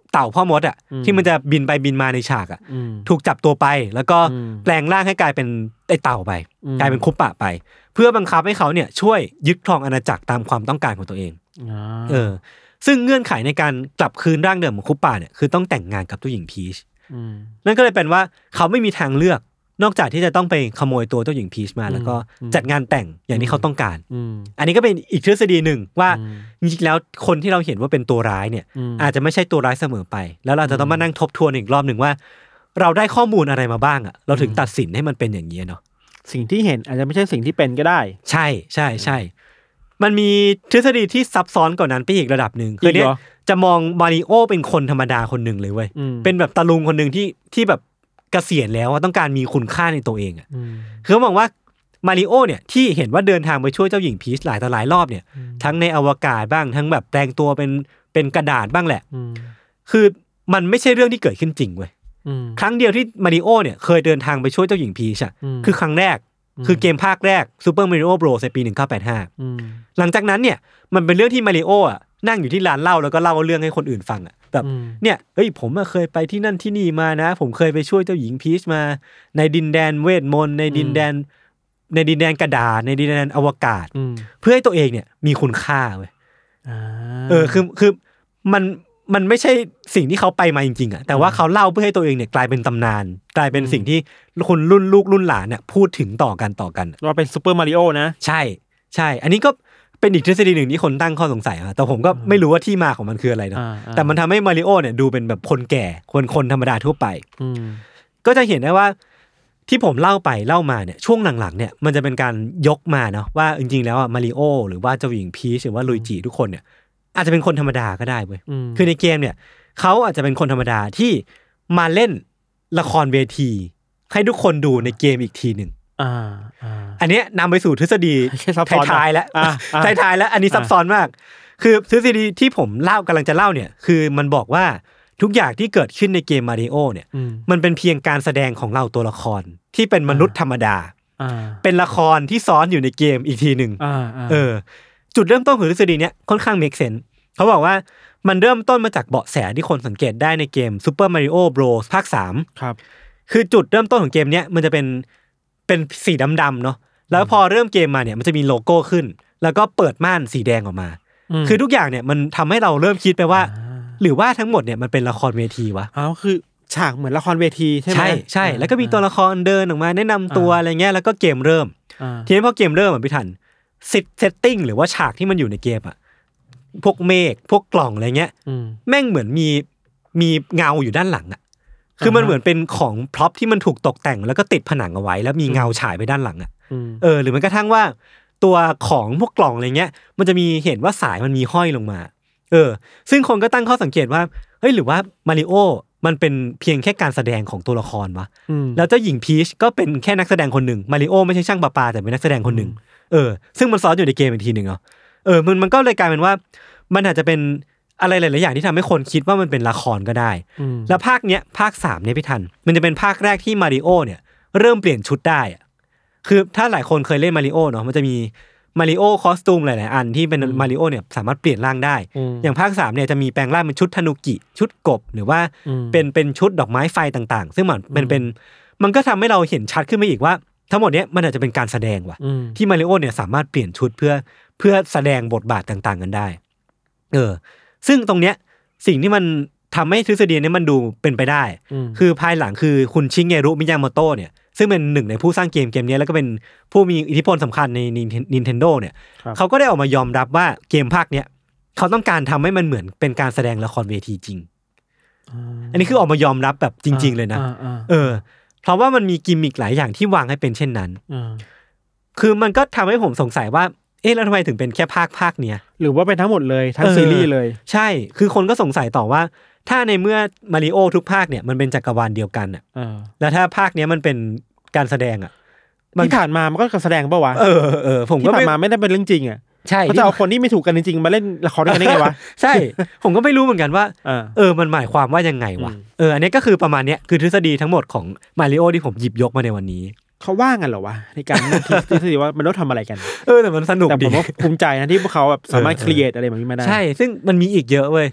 เต่าพ่อมดอ่ะที่มันจะบินไปบินมาในฉากอ่ะถูกจับตัวไปแล้วก็แปลงร่างให้กลายเป็นไอ้เต่าไปกลายเป็นคุปปะไปเพื่อบังคับให้เขาเนี่ยช่วยยึดครองอาณาจักรตามความต้องการของตัวเองเออซึ่งเงื่อนไขในการกลับคืนร่างเดิมของคุปปะเนี่ยคือต้องแต่งงานกับเจ้าหญิงพีชนั่นก็เลยเป็นว่าเขาไม่มีทางเลือกนอกจากที่จะต้องไปขโมยตัวเจ้าหญิงพีชมาแล้วก็จัดงานแต่งอย่างที่เขาต้องการอันนี้ก็เป็นอีกทฤษฎีหนึ่งว่าจริงๆแล้วคนที่เราเห็นว่าเป็นตัวร้ายเนี่ยอาจจะไม่ใช่ตัวร้ายเสมอไปแล้วเราจะต้องมานั่งทบทวนอีกรอบหนึ่งว่าเราได้ข้อมูลอะไรมาบ้างอ่ะเราถึงตัดสินให้มันเป็นอย่างนี้เนาะสิ่งที่เห็นอาจจะไม่ใช่สิ่งที่เป็นก็ได้ใช่ใช่ใช่มันมีทฤษฎีที่ซับซ้อนกว่านั้นไปอีกระดับหนึ่งคือเนี่ยจะมองมาริโอเป็นคนธรรมดาคนหนึ่งเลยเว้ยเป็นแบบตะลุงคนหนึ่งที่ที่แบบเกษียณแล้วต้องการมีคุณค่าในตัวเองอ่ะคือเขาบอกว่ามาริโอเนี่ยที่เห็นว่าเดินทางไปช่วยเจ้าหญิงพีชหลายต่อหลายรอบเนี่ยทั้งในอวกาศบ้างทั้งแบบแปลงตัวเป็นเป็นกระดาษบ้างแหละคือมันไม่ใช่เรื่องที่เกิดขึ้นจริงเว้ยครั้งเดียวที่มาริโอเนี่ยเคยเดินทางไปช่วยเจ้าหญิงพีชอ่ะคือครั้งแรกคือเกมภาคแรก Super Mario Bros ในปีหนึ่งพันเก้าร้อยแปดสิบห้าหลังจากนั้นเนี่ยมันเป็นเรื่องที่มาริโออ่ะนั่งอยู่ที่ร้านเหล้าแล้วก็เล่าเรื่องให้คนอื่นฟังอ่ะแบบเนี่ยเอ้ยผมเคยไปที่นั่นที่นี่มานะผมเคยไปช่วยเจ้าหญิงพีชมาในดินแดนเวทมนต์ในดินแดนในดินแดนกระดาษในดินแดนอวกาศเพื่อให้ตัวเองเนี่ยมีคุณค่าเว้ยเออคือคือมันมันไม่ใช่สิ่งที่เขาไปมาจริงๆอ่ะแต่ว่าเขาเล่าเพื่อให้ตัวเองเนี่ยกลายเป็นตำนานกลายเป็นสิ่งที่คนรุ่นลูกรุ่นหลานเนี่ยพูดถึงต่อกันต่อกันว่าเป็นซูเปอร์มาริโอนะใช่ใช่อันนี้ก็เป็นอีกทฤษฎีหนึ่งที่คนตั้งข้อสงสัยอ่ะแต่ผมก็ไม่รู้ว่าที่มาของมันคืออะไรนะแต่มันทำให้มาริโอเนี่ยดูเป็นแบบคนแก่คนคนธรรมดาทั่วไปก็จะเห็นได้ว่าที่ผมเล่าไปเล่ามาเนี่ยช่วงหลังๆเนี่ยมันจะเป็นการยกมาเนาะว่าจริงๆแล้วอ่ะมาริโอหรือว่าเจ้าหญิงพีชหรือว่าลุยจิทุกคนเนี่ยอาจจะเป็นคนธรรมดาก็ได้เว้ยคือในเกมเนี่ยเขาอาจจะเป็นคนธรรมดาที่มาเล่นละครเวทีให้ทุกคนดูในเกมอีกทีหนึ่งอ่าอันนี้นำไปสู่ทฤษฎีท้ายๆแล้วท้ายๆแล้วอันนี้ซับซ้อนมากคือทฤษฎีที่ผมเล่ากำลังจะเล่าเนี่ยคือมันบอกว่าทุกอย่างที่เกิดขึ้นในเกมมาริโอเนี่ยมันเป็นเพียงการแสดงของเราตัวละครที่เป็นมนุษย์ธรรมดาเป็นละครที่ซ้อนอยู่ในเกมอีกทีหนึ่งเออจุดเริ่มต้นของทฤษฎีเนี้ยค่อนข้างเมคเซนส์เขาบอกว่ามันเริ่มต้นมาจากเบาะแสที่คนสังเกตได้ในเกม Super Mario Bros ภาคสามครับคือจุดเริ่มต้นของเกมเนี้ยมันจะเป็นเป็นสีดำๆเนาะแล้วพอเริ่มเกมมาเนี่ยมันจะมีโลโก้ขึ้นแล้วก็เปิดม่านสีแดงออกมาคือทุกอย่างเนี่ยมันทำให้เราเริ่มคิดไปว่าหรือว่าทั้งหมดเนี่ยมันเป็นละครเวทีวะอ๋อคือฉากเหมือนละครเวทีใช่ไหมใช่ใช่แล้วก็มีตัวละครเดินออกมาแนะนำตัวอะไรเงี้ยแล้วก็เกมเริ่มทีนี้พอเกมเริ่มอ่ะพี่ทันเซตติ้งหรือว่าฉากที่มันอยู่ในเกมอ่ะพวกเมฆพวกกล่องอะไรเงี้ยแม่งเหมือนมีมีเงาอยู่ด้านหลังอ่ะคือมันเหมือนเป็นของพร็อพที่มันถูกตกแต่งแล้วก็ติดผนังเอาไว้แล้วมีเงาฉายไปด้านหลังอ่ะเออหรือมันกระทั่งว่าตัวของพวกกล่องอะไรเงี้ยมันจะมีเห็นว่าสายมันมีห้อยลงมาเออซึ่งคนก็ตั้งข้อสังเกตว่าเฮ้ยหรือว่ามาริโอมันเป็นเพียงแค่การแสดงของตัวละครวะแล้วเจ้าหญิงพีชก็เป็นแค่นักแสดงคนหนึ่งมาริโอไม่ใช่ช่างประปาแต่เป็นนักแสดงคนหนึ่งเออซึ่งมันซ้อนอยู่ในเกมอีกทีนึงเนาะเออมันมันก็เลยกลายเป็นว่ามันอาจจะเป็นอะไรหลายๆอย่างที่ทำให้คนคิดว่ามันเป็นละครก็ได้แล้วภาคเนี้ยภาคสามเนี่ยพี่ทันมันจะเป็นภาคแรกที่มาริโอเนี่ยเริ่มเปลี่ยนชุดได้อะคือถ้าหลายคนเคยเล่นมาริโอเนาะมันจะมีมาริโอคอสตูมหลายๆอันที่เป็นมาริโอเนี่ยสามารถเปลี่ยนร่างได้อย่างภาคสามเนี่ยจะมีแปลงร่างเป็นชุดทานุกิชุดกบหรือว่าเป็นเป็นชุดดอกไม้ไฟต่างๆซึ่งมันเป็นเป็นมันก็ทำให้เราเห็นชัดขึ้นมาอีกว่าทั้งหมดเนี้ยมันอาจจะเป็นการแสดงว่ะที่มาริโอเนี่ยสามารถเปลี่ยนชุดเพื่อเพื่อแสดงบทบาทต่างๆกันได้เออซึ่งตรงเนี้ยสิ่งที่มันทำให้ทฤษฎีนี้มันดูเป็นไปได้คือภายหลังคือคุณชิเงรุมิยาโมโตะเนี่ยซึ่งเป็นหนึ่งในผู้สร้างเกมเกมนี้แล้วก็เป็นผู้มีอิทธิพลสำคัญใน Nintendo เนี่ยเขาก็ได้ออกมายอมรับว่าเกมภาคเนี้ยเขาต้องการทำให้มันเหมือนเป็นการแสดงละครเวทีจริงอันนี้คือออกมายอมรับแบบจริงๆเลยนะเออเพราะว่ามันมีกิมมิคหลายอย่างที่วางให้เป็นเช่นนั้นคือมันก็ทำให้ผมสงสัยว่าเอ๊ะแล้วทำไมถึงเป็นแค่ภาคภาคเนี้ยหรือว่าเป็นทั้งหมดเลยทั้งซีรีส์เลยใช่คือคนก็สงสัยต่อว่าถ้าในเมื่อมาริโอทุกภาคเนี่ยมันเป็นจักรวาลเดียวกันอ่ะแล้วถ้าภาคเนี้ยมันเป็นการแสดงอ่ะที่ผ่านมามันก็การแสดงป่ะวะเออเออผมก็ที่ผ่านมาไม่ได้เป็นเรื่องจริงอ่ะใช่เขาจะเอาคนที่ไม่ถูกกันจริงๆมาเล่นละครด้วยกันได้ไงวะใช่ผมก็ไม่รู้เหมือนกันว่าเออมันหมายความว่ายังไงวะเอออันนี้ก็คือประมาณเนี้ยคือทฤษฎีทั้งหมดของมาริโอที่ผมหยิบยกมาในวันนี้เขาว่ากันเหรอวะในการทฤษฎีว่ามันต้องทำอะไรกันเออแต่มันสนุกดีแต่ผมว่าภูมิใจนะที่พวกเขาแบบสามารถครีเอทอะไรแบบนี้มาได้ใช่ซึ่งมันมีอีกเยอะเว้ย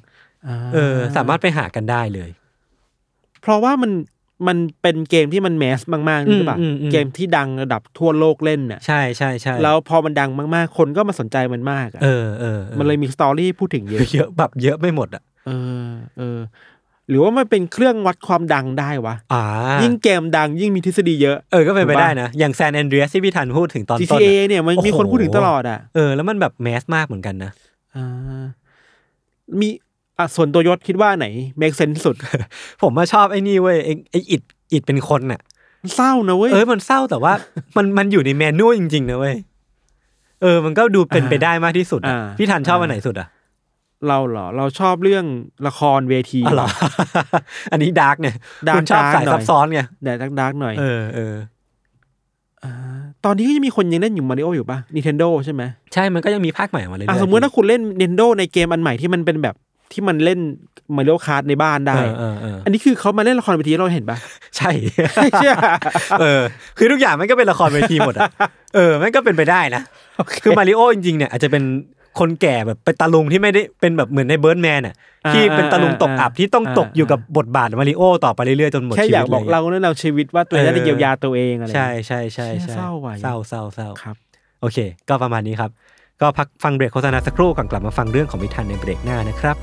เออสามารถไปหากันได้เลยเพราะว่ามันมันเป็นเกมที่มันแมสมากๆนี่หรือเปล่าเกมที่ดังระดับทั่วโลกเล่นน่ะใช่ใช่ใช่แล้วพอมันดังมากๆคนก็มาสนใจมันมากอ่ะเออเออมันเลยมีสตอรี่พูดถึงเยอะเยอะแบบเยอะไม่หมดอ่ะเออเออหรือว่ามันเป็นเครื่องวัดความดังได้วะอ่ายิ่งเกมดังยิ่งมีทฤษฎีเยอะเออก็เป็นไปได้นะอย่างแซนแอนเดรียสที่พี่ทันพูดถึงตอนต้นจี ที เอ เนี่ยมันมีคนพูดถึงตลอดอ่ะเออแล้วมันแบบแมสมากเหมือนกันนะอ่ามีอ่ะส่วนตัวยศคิดว่าไหน make sense ที่สุดผมมาชอบไอ้นี่เว้ยไอ้ไอ้อิดอิดเป็นคนน่ะเศร้านะเว้ยเออมันเศร้าแต่ว่ามันมันอยู่ในแมนนวลจริงๆนะเว้ยเออมันก็ดูเป็นไปได้มากที่สุดอ่ะพี่ทันชอบอันไหนสุดอ่ะเราเหรอเราชอบเรื่องละครเวทีอ๋อเหรอ อันนี้ดาร์กเนี่ยคุณชอบสายซับซ้อนไงแต่ดาร์กดาร์กหน่อยเออเออตอนนี้ก็ยังมีคนยังเล่นอยู่มาริโออยู่ป่ะ Nintendo ใช่ไหมใช่มันก็ยังมีภาคใหม่มาเลยสมมติถ้าคุณเล่น Nintendo ในเกมอันใหม่ที่มันเป็นแบบที่มันเล่นมาริโอคาร์ทในบ้านได้อันนี้คือเขามาเล่นละครเวทีเราเห็นป่ะใช่ใช่เออคือทุกอย่างมันก็เป็นละครเวทีหมดอ่ะเออมันก็เป็นไปได้นะคือมาริโอจริงๆเนี่ยอาจจะเป็นคนแก่แบบเป็นตาลุงที่ไม่ได้เป็นแบบเหมือนในเบิร์ดแมนอ่ะที่เป็นตาลุงตกอับที่ต้องตกอยู่กับบทบาทมาริโอต่อไปเรื่อยๆจนหมดชีวิตเลยแค่อยากบอกเราเรื่องเราชีวิตว่าตัวเองได้เยียวยาตัวเองอะไรใช่ใช่ใช่ใช่เศร้าว่ะเศร้าเศร้าเศร้าครับโอเคก็ประมาณนี้ครับก็พักฟังเบรกโฆษณาสักครู่ก่อนกลับมาฟังเรื่องของพิธันในเบรกหน้านะครับ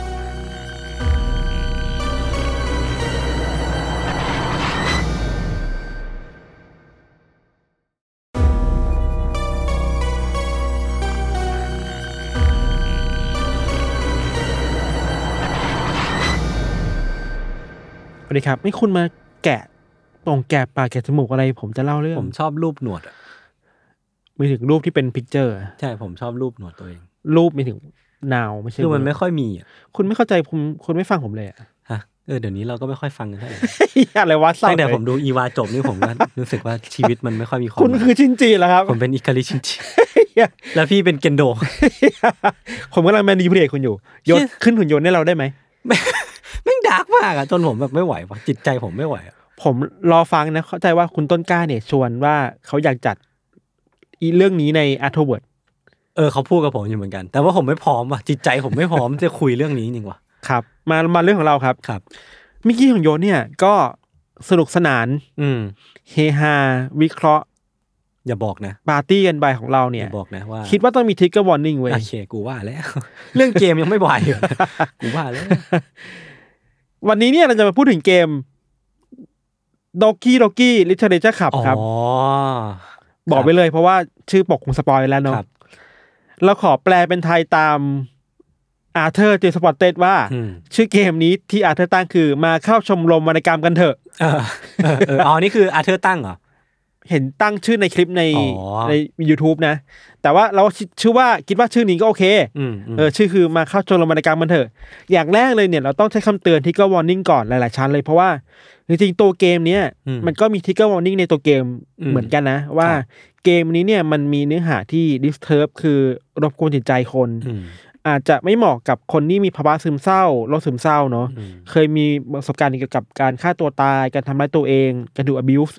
สวัสดีครับไม่คุณมาแกะตรงแกะปากแกะจมูกอะไรผมจะเล่าเรื่องผมชอบรูปหนวดอ่ะไม่ถึงรูปที่เป็นพิกเจอร์ใช่ผมชอบรูปหนวดตัวเองรูปไม่ถึงนาวไม่ใช่คือมันไม่ค่อยมีอ่ะคุณไม่เข้าใจผมคุณไม่ฟังผมเลยอ่ะฮะเออเดี๋ยวนี้เราก็ไม่ค่อยฟังกันเท่าไหร่อะไรวะตั้งแต่ผมดูอีวาจบนี่ผมก็รู้สึกว่าชีวิตมันไม่ค่อยมีความคุณคือชินจิแล้วครับผมเป็นอิคาริชินจิแล้วพี่เป็นเกนโดผมกำลังแมนดีเพลย์คุณอยู่ยศขึ้นหุ่นยนต์ให้เราได้ไหมแม่งดาร์กมากอ่ะจนผมแบบไม่ไหวว่ะจิตใจผมไม่ไหวอ่ะผมรอฟังนะเข้าใจว่าคุณต้นกล้าเนี่ยชวนว่าเขาอยากจัดอีเรื่องนี้ใน Artwork เออเขาพูดกับผมอยู่เหมือนกันแต่ว่าผมไม่พร้อมว่ะจิตใจผมไม่พร้อมจะคุยเรื่องนี้จริงว่ะครับมามาเรื่องของเราครับครับเมื่อกี้ของโยนเนี่ยก็สนุกสนานอืมเฮฮาวิเคราะห์อย่าบอกนะปาร์ตี้กันไปของเราเนี่ยอย่าบอกนะว่าคิดว่าต้องมีทริกเกอร์วอร์นิ่งเว้ยโอเคกูว่าแล้วเรื่องเกมยังไม่บ่อยอยู่กูว่าแล้ววันนี้เนี่ยเราจะมาพูดถึงเกมด็อกกี้ด็อกกี้ลิเทเรเจอร์คับครับบอกไปเลยเพราะว่าชื่อปกคงสปอยแล้วเนาะเราขอแปลเป็นไทยตามอาร์เธอร์เจสปอร์เต็ดว่าชื่อเกมนี้ที่อาร์เธอร์ตั้งคือมาเข้าชมรมวรรณกรรมกันเถอะเออเอออ๋อนี่คืออาร์เธอร์ตั้งเหรอเห็นตั้งชื่อในคลิปในใน YouTube นะแต่ว่าเราชื่อว่าคิดว่าชื่อนี้ก็โอเคเออชื่อคือมาเข้าชมรมวรรณกรรมกันเถอะอย่างแรกเลยเนี่ยเราต้องใช้คำเตือนที่ก็ warning ก่อนหลายๆชั้นเลยเพราะว่าจริงๆตัวเกมเนี้ยมันก็มี trigger warning ในตัวเกมเหมือนกันนะว่าเกมนี้เนี่ยมันมีเนื้อหาที่ disturb คือรบกวนจิตใจคนอาจจะไม่เหมาะกับคนที่มีภาวะซึมเศร้าโรคซึมเศร้าเนาะเคยมีประสบการณ์เกี่ยวกับการฆ่าตัวตายการทำร้ายตัวเองการถูก abuse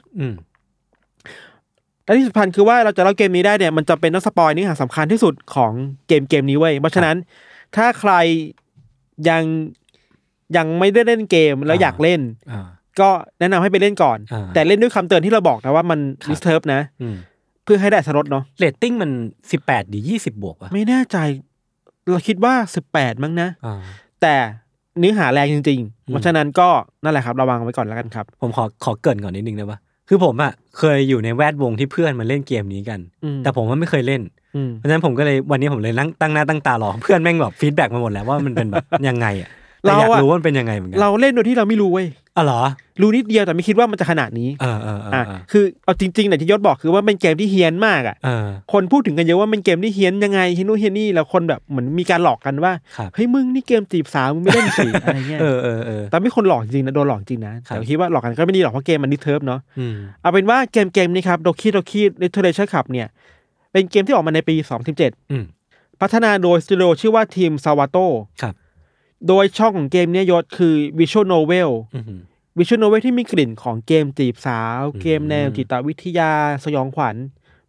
และที่สำคัญคือว่าเราจะเล่าเกมนี้ได้เนี่ยมันจะเป็นต้องสปอยเนื้อหาสำคัญที่สุดของเกมเกมนี้เว้ยเพราะฉะนั้นถ้าใครยังยังไม่ได้เล่นเกมแล้วอยากเล่นก็แนะนำให้ไปเล่นก่อนแต่เล่นด้วยคำเตือนที่เราบอกนะว่ามัน disturb นะเพื่อให้ได้อรรถรสเนาะเรตติ้งมันสิบแปดหรือยี่สิบบวกวะไม่แน่ใจเราคิดว่าสิบแปดมั้งนะแต่เนื้อหาแรงจริงๆเพราะฉะนั้นก็นั่นแหละครับระวังไว้ก่อนแล้วกันครับผมขอขอเกริ่นก่อนนิดนึงได้ปะคือผมอ่ะเคยอยู่ในแวดวงที่เพื่อนมาเล่นเกมนี้กันแต่ผมว่าไม่เคยเล่นเพราะฉะนั้นผมก็เลยวันนี้ผมเลยตั้งหน้าตั้งตารอเพื่อนแม่งแบบฟีดแบ็กมาหมดแล้วว่ามันเป็นแบบยังไงอ่ะเราอยากรู้ว่ามันเป็นยังไงเหมือนกันเราเล่นโดยที่เราไม่รู้เว้ยอ๋อเหรอรู้นิดเดียวแต่ไม่คิดว่ามันจะขนาดนี้เออเออเออคือเอาจริงๆเนี่ยที่ยศบอกคือว่าเป็นเกมที่เฮี้ยนมากอ่ะคนพูดถึงกันเยอะว่าเป็นเกมที่เฮี้ยนยังไงเฮี้ยนนู่นเฮี้ยนนี่แล้วคนแบบเหมือนมีการหลอกกันว่าเฮ้ยมึงนี่เกมจีบสาวมึงไม่เล่นสิอะไรเงี้ยเออเออเออแต่ไม่คนหลอกจริงนะโดนหลอกจริงนะแต่คิดว่าหลอกกันก็ไม่ดีหรอกเพราะเกมมันดิเทิร์ฟเนาะเอาเป็นว่าเกมเกมนี้ครับโดคิโดคิลิเทเรเจอร์คับเนี่ยเป็นเกมที่ออกมาในปีสองพันสิบเจ็ดพัฒนาโดยสตูดิโอชื่อว่าทีมซาวาโตครับโดยช่องของเกมนี้ยศคือ Visual Novel Visual Novel ที่มีกลิ่นของเกมจีบสาวเกมแนวจิตวิทยาสยองขวัญ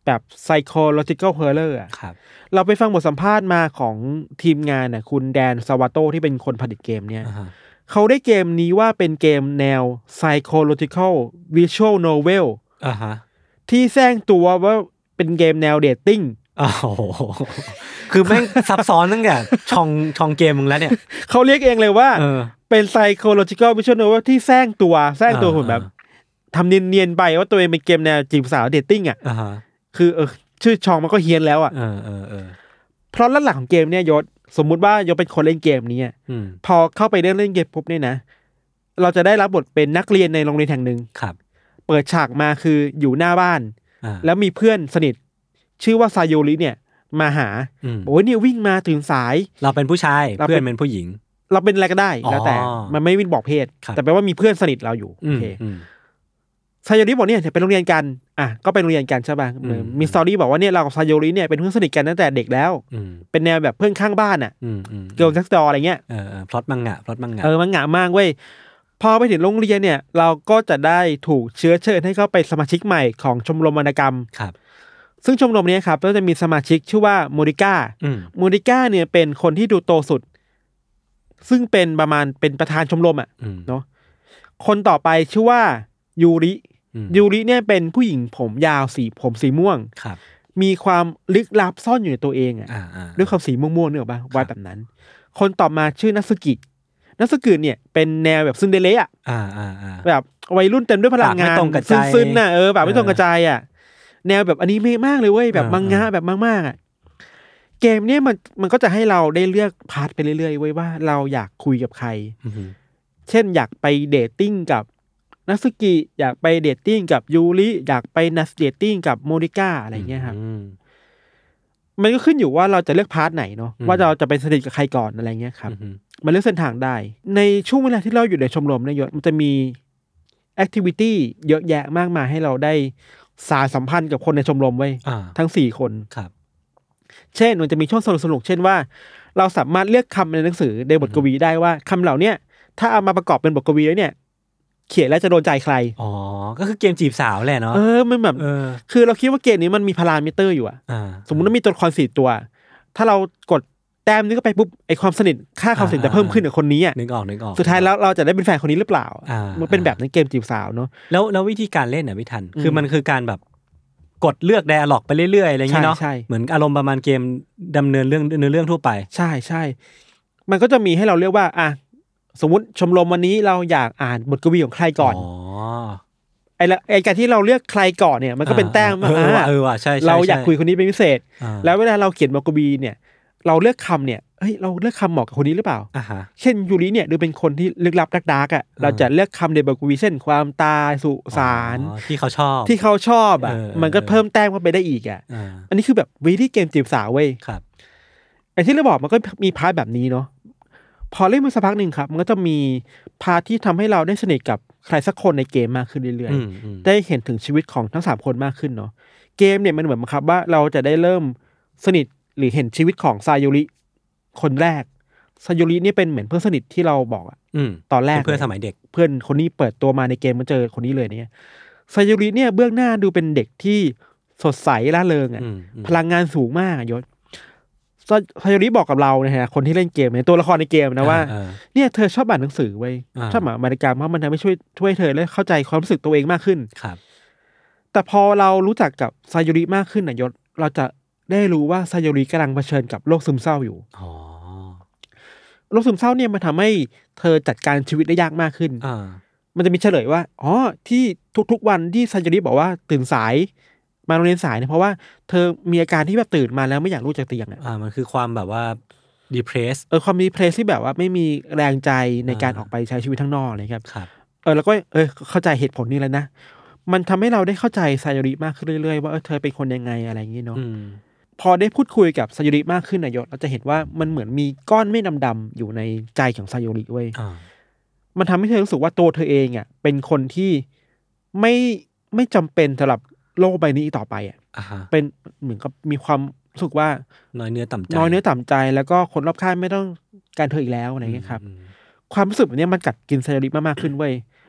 แบบ psychological horror อ่ะครับเราไปฟังบทสัมภาษณ์มาของทีมงานน่ะคุณแดนซาวาโตที่เป็นคนผลิตเกมเนี่ย uh-huh. เขาได้เกมนี้ว่าเป็นเกมแนว psychological visual novel อ่าฮะที่แสร้งตัวว่าเป็นเกมแนวเดทติ้งโอ้โหคือแม่งซับซ้อนตั้งแต่ช่องช่องเกมมึงแล้วเนี่ยเขาเรียกเองเลยว่าเป็น psychological visual novel ที่แสร้งตัวแสร้งตัวเหมือนแบบทำเนียนๆไปว่าตัวเองเป็นเกมแนวจีบสาวเดทติ้งอ่ะคือเออชื่อช่องมันก็เฮี้ยนแล้วอ่ะเพราะหลักของเกมเนี่ยยศสมมุติว่ายศเป็นคนเล่นเกมนี้พอเข้าไปเล่นเล่นเกมปุ๊บเนี่ยนะเราจะได้รับบทเป็นนักเรียนในโรงเรียนแห่งหนึ่งเปิดฉากมาคืออยู่หน้าบ้านแล้วมีเพื่อนสนิทชื่อว่าซาโยริเนี่ยมาหาโอ้ยเนี่ยวิ่งมาตื่นสายเราเป็นผู้ชายเพื่อนเป็นผู้หญิงเราเป็นอะไรก็ได้แล้วแต่มันไม่วิ่งบอกเพศแต่แปลว่ามีเพื่อนสนิทเราอยู่โอเคซาโยริบอกเนี่ยเป็นโรงเรียนกันอ่ะก็เป็นโรงเรียนกันใช่ป่ะมีสตอรี่บอกว่าเนี่ยเรากับซาโยริเนี่ยเป็นเพื่อนสนิทกันตั้งแต่เด็กแล้วเป็นแนวแบบเพื่อนข้างบ้านอ่ะเกิร์ลซักดออะไรเงี้ยเออพล็อตมังงะพล็อตมังงะเออมังงะมากเว้ยพอไปถึงโรงเรียนเนี่ยเราก็จะได้ถูกเชื้อเชิญให้เข้าไปสมาชิกใหม่ของชมรมวรรณกรรมครับซึ่งชมรมนี้ครับก็จะมีสมาชิกชื่อว่าโมริก้าโมริก้าเนี่ยเป็นคนที่ดูโตสุดซึ่งเป็นประมาณเป็นประธานชมรมอ่ะเนาะคนต่อไปชื่อว่ายูริยูริเนี่ยเป็นผู้หญิงผมยาวสีผมสีม่วงมีความลึกลับซ่อนอยู่ในตัวเองอ่ะด้วยความสีม่วงๆเนี่ยหรอป่ะไว้แบบนั้นคนต่อมาชื่อนัสึกินัสึกิเนี่ยเป็นแนวแบบซึนเดเระอ่ะแบบวัยรุ่นเต็มด้วยพลังงานซึนๆน่ะเออแบบไม่ตรงกระจายอ่ะแนวแบบอนิเมะมากเลยเว้ยแบบมังงะแบบมากๆอ่ะเกมเนี้ยมันมันก็จะให้เราได้เลือกพาร์ทไปเรื่อยๆเว้ยว่าเราอยากคุยกับใครเช่นอยากไปเดทติ้งกับนัสึกิอยากไปเดทติ้งกับยูริอยากไปนัสเดทติ้งกับโมริก้าอะไรเงี้ยครับมันก็ขึ้นอยู่ว่าเราจะเลือกพาร์ทไหนเนาะว่าเราจะไปสนิทกับใครก่อนอะไรเงี้ยครับมันเลือกเส้นทางได้ในช่วงเวลาที่เราอยู่ในชมรมเนี่ยยศมันจะมีแอคทิวิตี้เยอะแยะมากมายให้เราได้สารสัมพันธ์กับคนในชมรมไว้ทั้งสี่คนครับเช่นมันจะมีช่วงสนุกๆเช่นว่าเราสามารถเลือกคำในหนังสือในบทกวีได้ว่าคำเหล่านี้ถ้าเอามาประกอบเป็นบทกวีแล้วเนี่ยเขียนแล้วจะโดนใจใครอ๋อก็คือเกมจีบสาวแหละเนาะเออมันแบบคือเราคิดว่าเกมนี้มันมีพารามิเตอร์อยู่อะสมมุติว่ามีตัวละครสี่ตัวถ้าเรากดแต้มนี้ก็ไปปุ๊บไอความสนิทค่าความสนิทจะเพิ่มขึ้นกับคนนี้อ่ะนึกออกนึกออกสุดท้ายแล้วเราจะได้เป็นแฟนคนนี้หรือเปล่ามันเป็นแบบในเกมจีบสาวเนาะแล้วแล้ววิธีการเล่นอ่ะพี่ทันคือมันคือการแบบกดเลือกไดอะล็อกไปเรื่อยๆอะไรอย่างเงี้ยเนาะเหมือนอารมณ์ประมาณเกมดำเนินเรื่องเนื้อเรื่องทั่วไปใช่ใช่มันก็จะมีให้เราเลือกว่าอ่ะสมมุติชมรมวันนี้เราอยากอ่านบทกวีของใครก่อนอ๋อไอ้ไอ้การที่เราเลือกใครก่อนเนี่ยมันก็เป็นแต้มว่าเออว่ะใช่เราอยากคุยคนนี้เป็นพิเศษแล้วเวลาเราเขียนบทกวีเนี่ยเราเลือกคำเนี่ยเฮ้ยเราเลือกคำเหมาะกับคนนี้หรือเปล่าอ่าฮะเช่นยูริเนี่ยดูเป็นคนที่ลึกลับดักดักอ่ะเราจะเลือกคำในบทกวีเช่นความตายสุสานที่เขาชอบที่เขาชอบอ่ะมันก็เพิ่มแต้มเข้าไปได้อีกอ่ะอันนี้คือแบบวิธีเกมจีบสาวเว้ยครับไอ้ที่เราบอกมันก็มีพาร์ทแบบนี้เนาะพอเล่นมาสักพักหนึ่งครับมันก็จะมีพาร์ทที่ทำให้เราได้สนิทกับใครสักคนในเกมมากขึ้นเรื่อยๆได้เห็นถึงชีวิตของทั้งสามคนมากขึ้นเนาะเกมเนี่ยมันเหมือนครับว่าเราจะได้เริ่มสนิทหรือเห็นชีวิตของซาโยริคนแรกซาโยรินี่เป็นเหมือนเพื่อนสนิทที่เราบอกอ่ะตอนแรกเพื่อนสมัยเด็กเพื่อนคนนี้เปิดตัวมาในเกมมาเจอคนนี้เลยเนี่ยซาโยริเนี่ยเบื้องหน้าดูเป็นเด็กที่สดใสร่าเริงอ่ะพลังงานสูงมากยศซาโยริบอกกับเรานะฮะคนที่เล่นเกมในตัวละครในเกมนะว่าเนี่ยเธอชอบอ่านหนังสือไว้ชอบอ่านวรรณกรรมเพราะมันทำให้ช่วยช่วยเธอและเข้าใจความรู้สึกตัวเองมากขึ้นครับแต่พอเรารู้จักกับซาโยริมากขึ้นนะยศเราจะได้รู้ว่าซาโยริกำลังเผชิญกับโรคซึมเศร้าอยู่โรคซึมเศร้าเนี่ยมันทำให้เธอจัดการชีวิตได้ยากมากขึ้นมันจะมีเฉลยว่าอ๋อที่ทุกๆวันที่ซาโยริบอกว่าตื่นสายมาโรงเรียนสายเนี่ยเพราะว่าเธอมีอาการที่แบบตื่นมาแล้วไม่อยากลุกจากเตียงอ่ะอ่ามันคือความแบบว่า depress เออความ depress ที่แบบว่าไม่มีแรงใจในการออกไปใช้ชีวิตข้างนอกเลยครับครับเออแล้วก็เออเข้าใจเหตุผลนี้แล้วนะมันทำให้เราได้เข้าใจซาโยริมากขึ้นเรื่อยๆว่าเออเธอเป็นคนยังไงอะไรอย่างงี้เนาะพอได้พูดคุยกับซาโยริมากขึ้นนายศเราจะเห็นว่ามันเหมือนมีก้อนเมฆดำๆอยู่ในใจของซาโยริเว้ยมันทำให้เธอรู้สึกว่าตัวเธอเองอ่ะเป็นคนที่ไม่ไม่จำเป็นสำหรับโลกใบนี้อีกต่อไปอ่ะเป็นเหมือนกับมีความรู้สึกว่าน้อยเนื้อต่ำใจน้อยเนื้อต่ำใจแล้วก็คนรอบข้างไม่ต้องการเธออีกแล้วอะไรเงี้ยครับความรู้สึกแบบนี้มันกัดกินซาโยริมากๆขึ้นเว้ย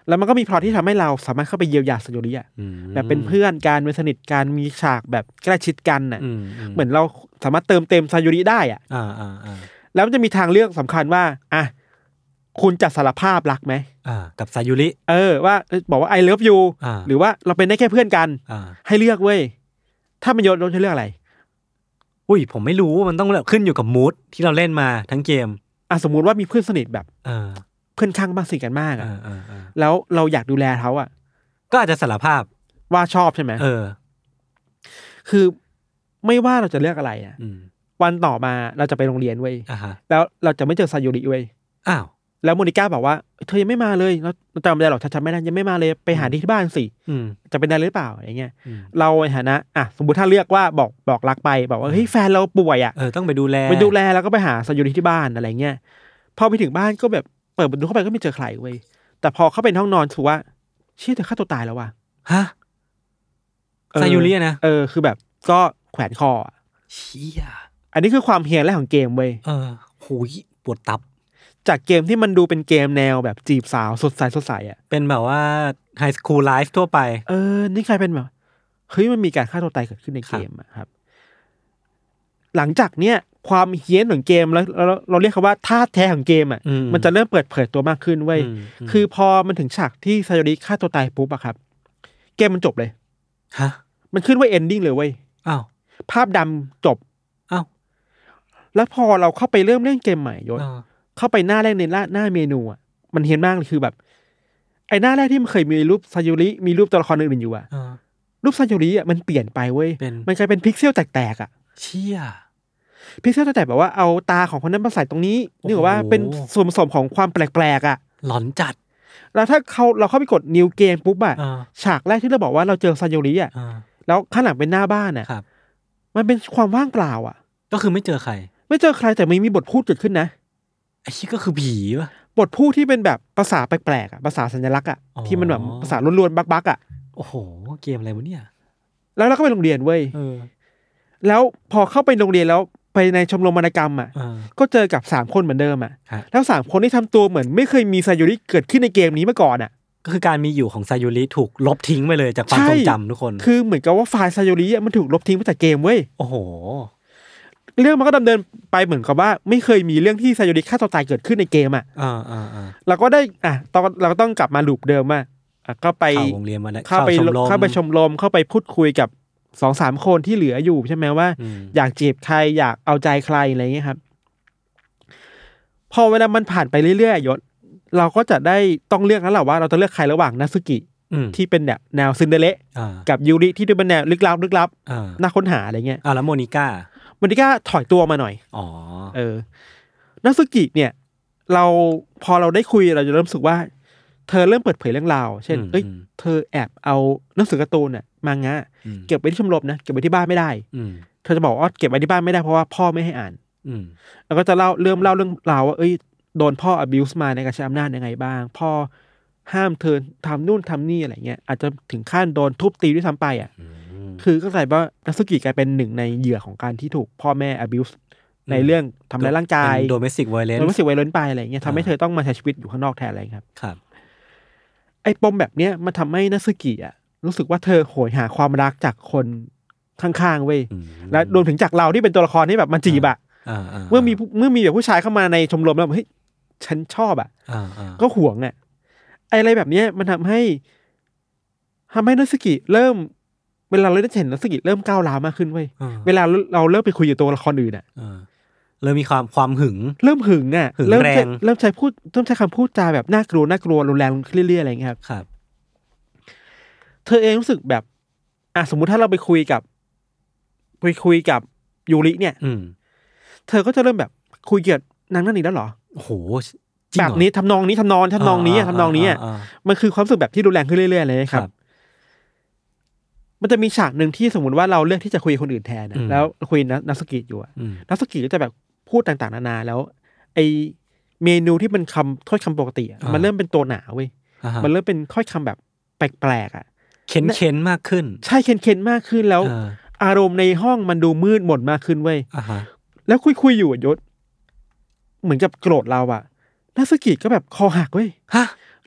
แล้วมันก็มีพล็อตที่ทำให้เราสามารถเข้าไปเยียวยาซาโยริอ่ะแบบเป็นเพื่อนกันเป็นสนิทกันมีฉากแบบใกล้ชิดกันน่ะเหมือนเราสามารถเติมเต็มซาโยริได้อ่ะแล้วมันจะมีทางเลือกสำคัญว่าอ่ะคุณจะสารภาพรักไหมกับซาโยริเออว่าบอกว่า I love you หรือว่าเราเป็นได้แค่เพื่อนกันให้เลือกเว้ยถ้ามันโยนเราจะเลือกอะไรอุ้ยผมไม่รู้มันต้องขึ้นอยู่กับมูดที่เราเล่นมาทั้งเกมอ่ะสมมุติว่ามีเพื่อนสนิทแบบเพื่อนข้างบ้านสนิทกันมากอ่ะแล้วเราอยากดูแลเขาอ่ะก็อาจจะสารภาพว่าชอบใช่ไหมเออคือไม่ว่าเราจะเลือกอะไรอ่ะวันต่อมาเราจะไปโรงเรียนเว้ยแล้วเราจะไม่เจอซาโยริเว้ยอ้าวแล้วโมนิก้าบอกว่าเธอยังไม่มาเลยเราจำไม่ได้หรอกจำไม่ได้ยังไม่มาเลยไปหาที่บ้านสิจะเป็นได้หรือเปล่าอย่างเงี้ยเราในฐานะอ่ะสมมติถ้าเลือกว่าบอกบอกรักไปบอกว่าเฮ้ยแฟนเราป่วยอ่ะเออต้องไปดูแลไปดูแลแล้วก็ไปหาซาโยริที่บ้านอะไรเงี้ยพอไปถึงบ้านก็แบบเปิดประตูเข้าไปก็ไม่เจอใครเว้ยแต่พอเข้าไปห้องนอนถือว่าเชี่ยเธอฆ่าตัวตายแล้วว่ะฮะซาโยรินะเออคือแบบก็แขวนคอเชี่ยอันนี้คือความเฮี้ยนแรกของเกมเว้ยเออโหยปวดตับจากเกมที่มันดูเป็นเกมแนวแบบจีบสาวสดใสสดใสอ่ะเป็นแบบว่าไฮสคูลไลฟ์ทั่วไปเออนี่กลายเป็นแบบเฮ้ยมันมีการฆ่าตัวตายเกิดขึ้นในเกมอ่ะครับหลังจากเนี้ยความเฮี้ยนของเกมแล้วเราเราเรียกเขาว่าท่าแท้ของเกมอ่ะมันจะเริ่มเปิดเผยตัวมากขึ้นเว้ยคือพอมันถึงฉากที่ซาโยริฆ่าตัวตายปุ๊บอะครับเกมมันจบเลยฮะมันขึ้นว่าเอนดิ้งเลยเว้ยอ้าวภาพดำจบอ้าวแล้วพอเราเข้าไปเริ่มเล่นเกมใหม่ยศเข้าไปหน้าแรกในหน้าเมนูอ่ะมันเห็นมากเลยคือแบบไอ้หน้าแรกที่มันเคยมีรูปซาโยริมีรูปตัวละครอื่นๆอยู่อ่ะรูปซาโยริอ่ะมันเปลี่ยนไปเว้ยมันกลายเป็นพิกเซลแตกๆอ่ะเชี่ยพิกเซลแตกๆแบบว่าเอาตาของคนนั้นมาใส่ตรงนี้นี่บอกว่าเป็นส่วนผสมของความแปลกๆอ่ะหลอนจัดแล้วถ้าเขาเราเข้าไปกดนิวเกมปุ๊บอ่ะฉากแรกที่เราบอกว่าเราเจอซาโยริอ่ะแล้วข้างหลังเป็นหน้าบ้านอ่ะมันเป็นความว่างเปล่าอ่ะก็คือไม่เจอใครไม่เจอใครแต่ไม่มีบทพูดเกิดขึ้นนะไอ้ที่ก็คือผีป่ะบทพูดที่เป็นแบบภาษาแปลกๆอ่ะภาษาสัญลักษณ์อ่ะที่มันแบบภาษาล้วนๆบักๆอ่ะโอ้โหเกมอะไรวะเนี่ยแล้วเราก็ไปโรงเรียนเว้ยแล้วพอเข้าไปโรงเรียนแล้วไปในชมรมวรรณกรรมอ่ะก็เจอกับสามคนเหมือนเดิมอ่ะแล้วสามคนที่ทำตัวเหมือนไม่เคยมีซาโยริเกิดขึ้นในเกมนี้มาก่อนอ่ะก็คือการมีอยู่ของซาโยริถูกลบทิ้งไปเลยจากความทรงจำทุกคนคือเหมือนกับว่าไฟล์ซาโยริมันถูกลบทิ้งไปจากเกมเว้ยโอ้โหเรื่องมันก็ดำเนินไปเหมือนกับว่าไม่เคยมีเรื่องที่ซาโยริฆ่าตัวตายเกิดขึ้นในเกมอ่ะอ่าอ่าอ่าเราก็ได้อ่ะตอนเราก็ต้องกลับมาลูปเดิมว่าอ่ะก็ไปเข้าโรงเรียนมาเข้าไปเข้าไปชมรมเข้าไปพูดคุยกับสองสามคนที่เหลืออยู่ใช่ไหมว่าอยากจีบใครอยากเอาใจใครอะไรเงี้ยครับพอเวลามันผ่านไปเรื่อยๆยศเราก็จะได้ต้องเลือกแล้วแหละว่าเราจะเลือกใครระหว่างนาซึกิที่เป็นแบบแนวซินเดอเรลล่ากับยูริที่ดูเป็นแนวลึกลับลึกลับน่าค้นหาอะไรเงี้ยอ่าแล้วโมนิก้าโมนิก้าถอยตัวมาหน่อยอ๋อเออนาซึกิเนี่ยเราพอเราได้คุยเราจะเริ่มรู้สึกว่าเธอเริ่มเปิดเผยเรื่องราวเช่นเอ้ยเธอแอบเอาหนังสือการ์ตูนน่ะมังงะเก็บไว้ที่ชมรมนะเก็บไว้ที่บ้านไม่ได้เธอจะบอกว่าเก็บไว้ที่บ้านไม่ได้เพราะว่าพ่อไม่ให้อ่านแล้วก็จะเล่าเริ่มเล่าเรื่องราวว่าเอ้ยโดนพ่อ abuse มาในการใช้อำนาจยังไงบ้างพ่อห้ามเธอทำนู่นทำนี่อะไรเงี้ยอาจจะถึงขั้นโดนทุบตีด้วยซ้ำไปอ่ะคือก็กลายว่านาซึกิกลายเป็นหนึ่งในเหยื่อของการที่ถูกพ่อแม่ abuse ในเรื่องทำร้ายร่างกาย domestic violence domestic violence ไปอะไรเงี้ยทำให้เธอต้องมาใช้ชีวิตอยู่ข้างนอกแทนอะไรครับครับไอ้ปมแบบเนี้ยมันทำให้นาซึกิอ่ะรู้สึกว่าเธอโหยหาความรักจากคนข้างๆเว้ยและรวมถึงจากเราที่เป็นตัวละครที่แบบมันจีบอ่ะเมื่อมีเมื่อมีแบบผู้ชายเข้ามาในชมรมแล้วเฮ้ยฉันชอบอ่ะก็หวงอ่ะไอ้อะไรแบบเนี้ยมันทำให้ทำให้นาซึกิเริ่มเวลาเราได้เห็นนาซึกิเริ่มก้าวร้าวมากขึ้นเว้ยเวลาเราเริ่มไปคุยกับตัวละครอื่นอ่ะเริ่มมีความความหึงเริ่มหึงอ่ะเริ่มเริ่มใช้พูดเริ่มใช้คำพูดจาแบบน่ากลัวน่ากลัวรุนแรงขึ้นเรื่อยๆอะไรอย่างเงี้ยครับครับเธอเองรู้สึกแบบอ่ะสมมุติถ้าเราไปคุยกับไปคุยกับยูริเนี่ยเธอก็จะเริ่มแบบคุยเกี่ยวนางนั่นนี่แล้วเหรอโอ้โหแบบนี้ทำนองนี้ทำนองทำนองนี้ทำนองนี้มันคือความรู้สึกแบบที่รุนแรงขึ้นเรื่อยๆเลยครับมันจะมีฉากหนึ่งที่สมมติว่าเราเลือกที่จะคุยกับคนอื่นแทนนะแล้วคุยนาซึกิอยู่อะนาซึกิก็จะแบบพูดต่างๆนานาแล้วไอเมนูที่มันคำถ้อยคำปกติมันเริ่มเป็นตัวหนาเว้ยมันเริ่มเป็นถ้อยคำแบบแปลกๆอ่ะเค้นๆมากขึ้นใช่เค้นๆมากขึ้นแล้วอารมณ์ในห้องมันดูมืดหม่นมากขึ้นเว้ยแล้วคุยๆอยู่ยศเหมือนกับโกรธเราอะนาซึกิก็แบบคอหักเว้ย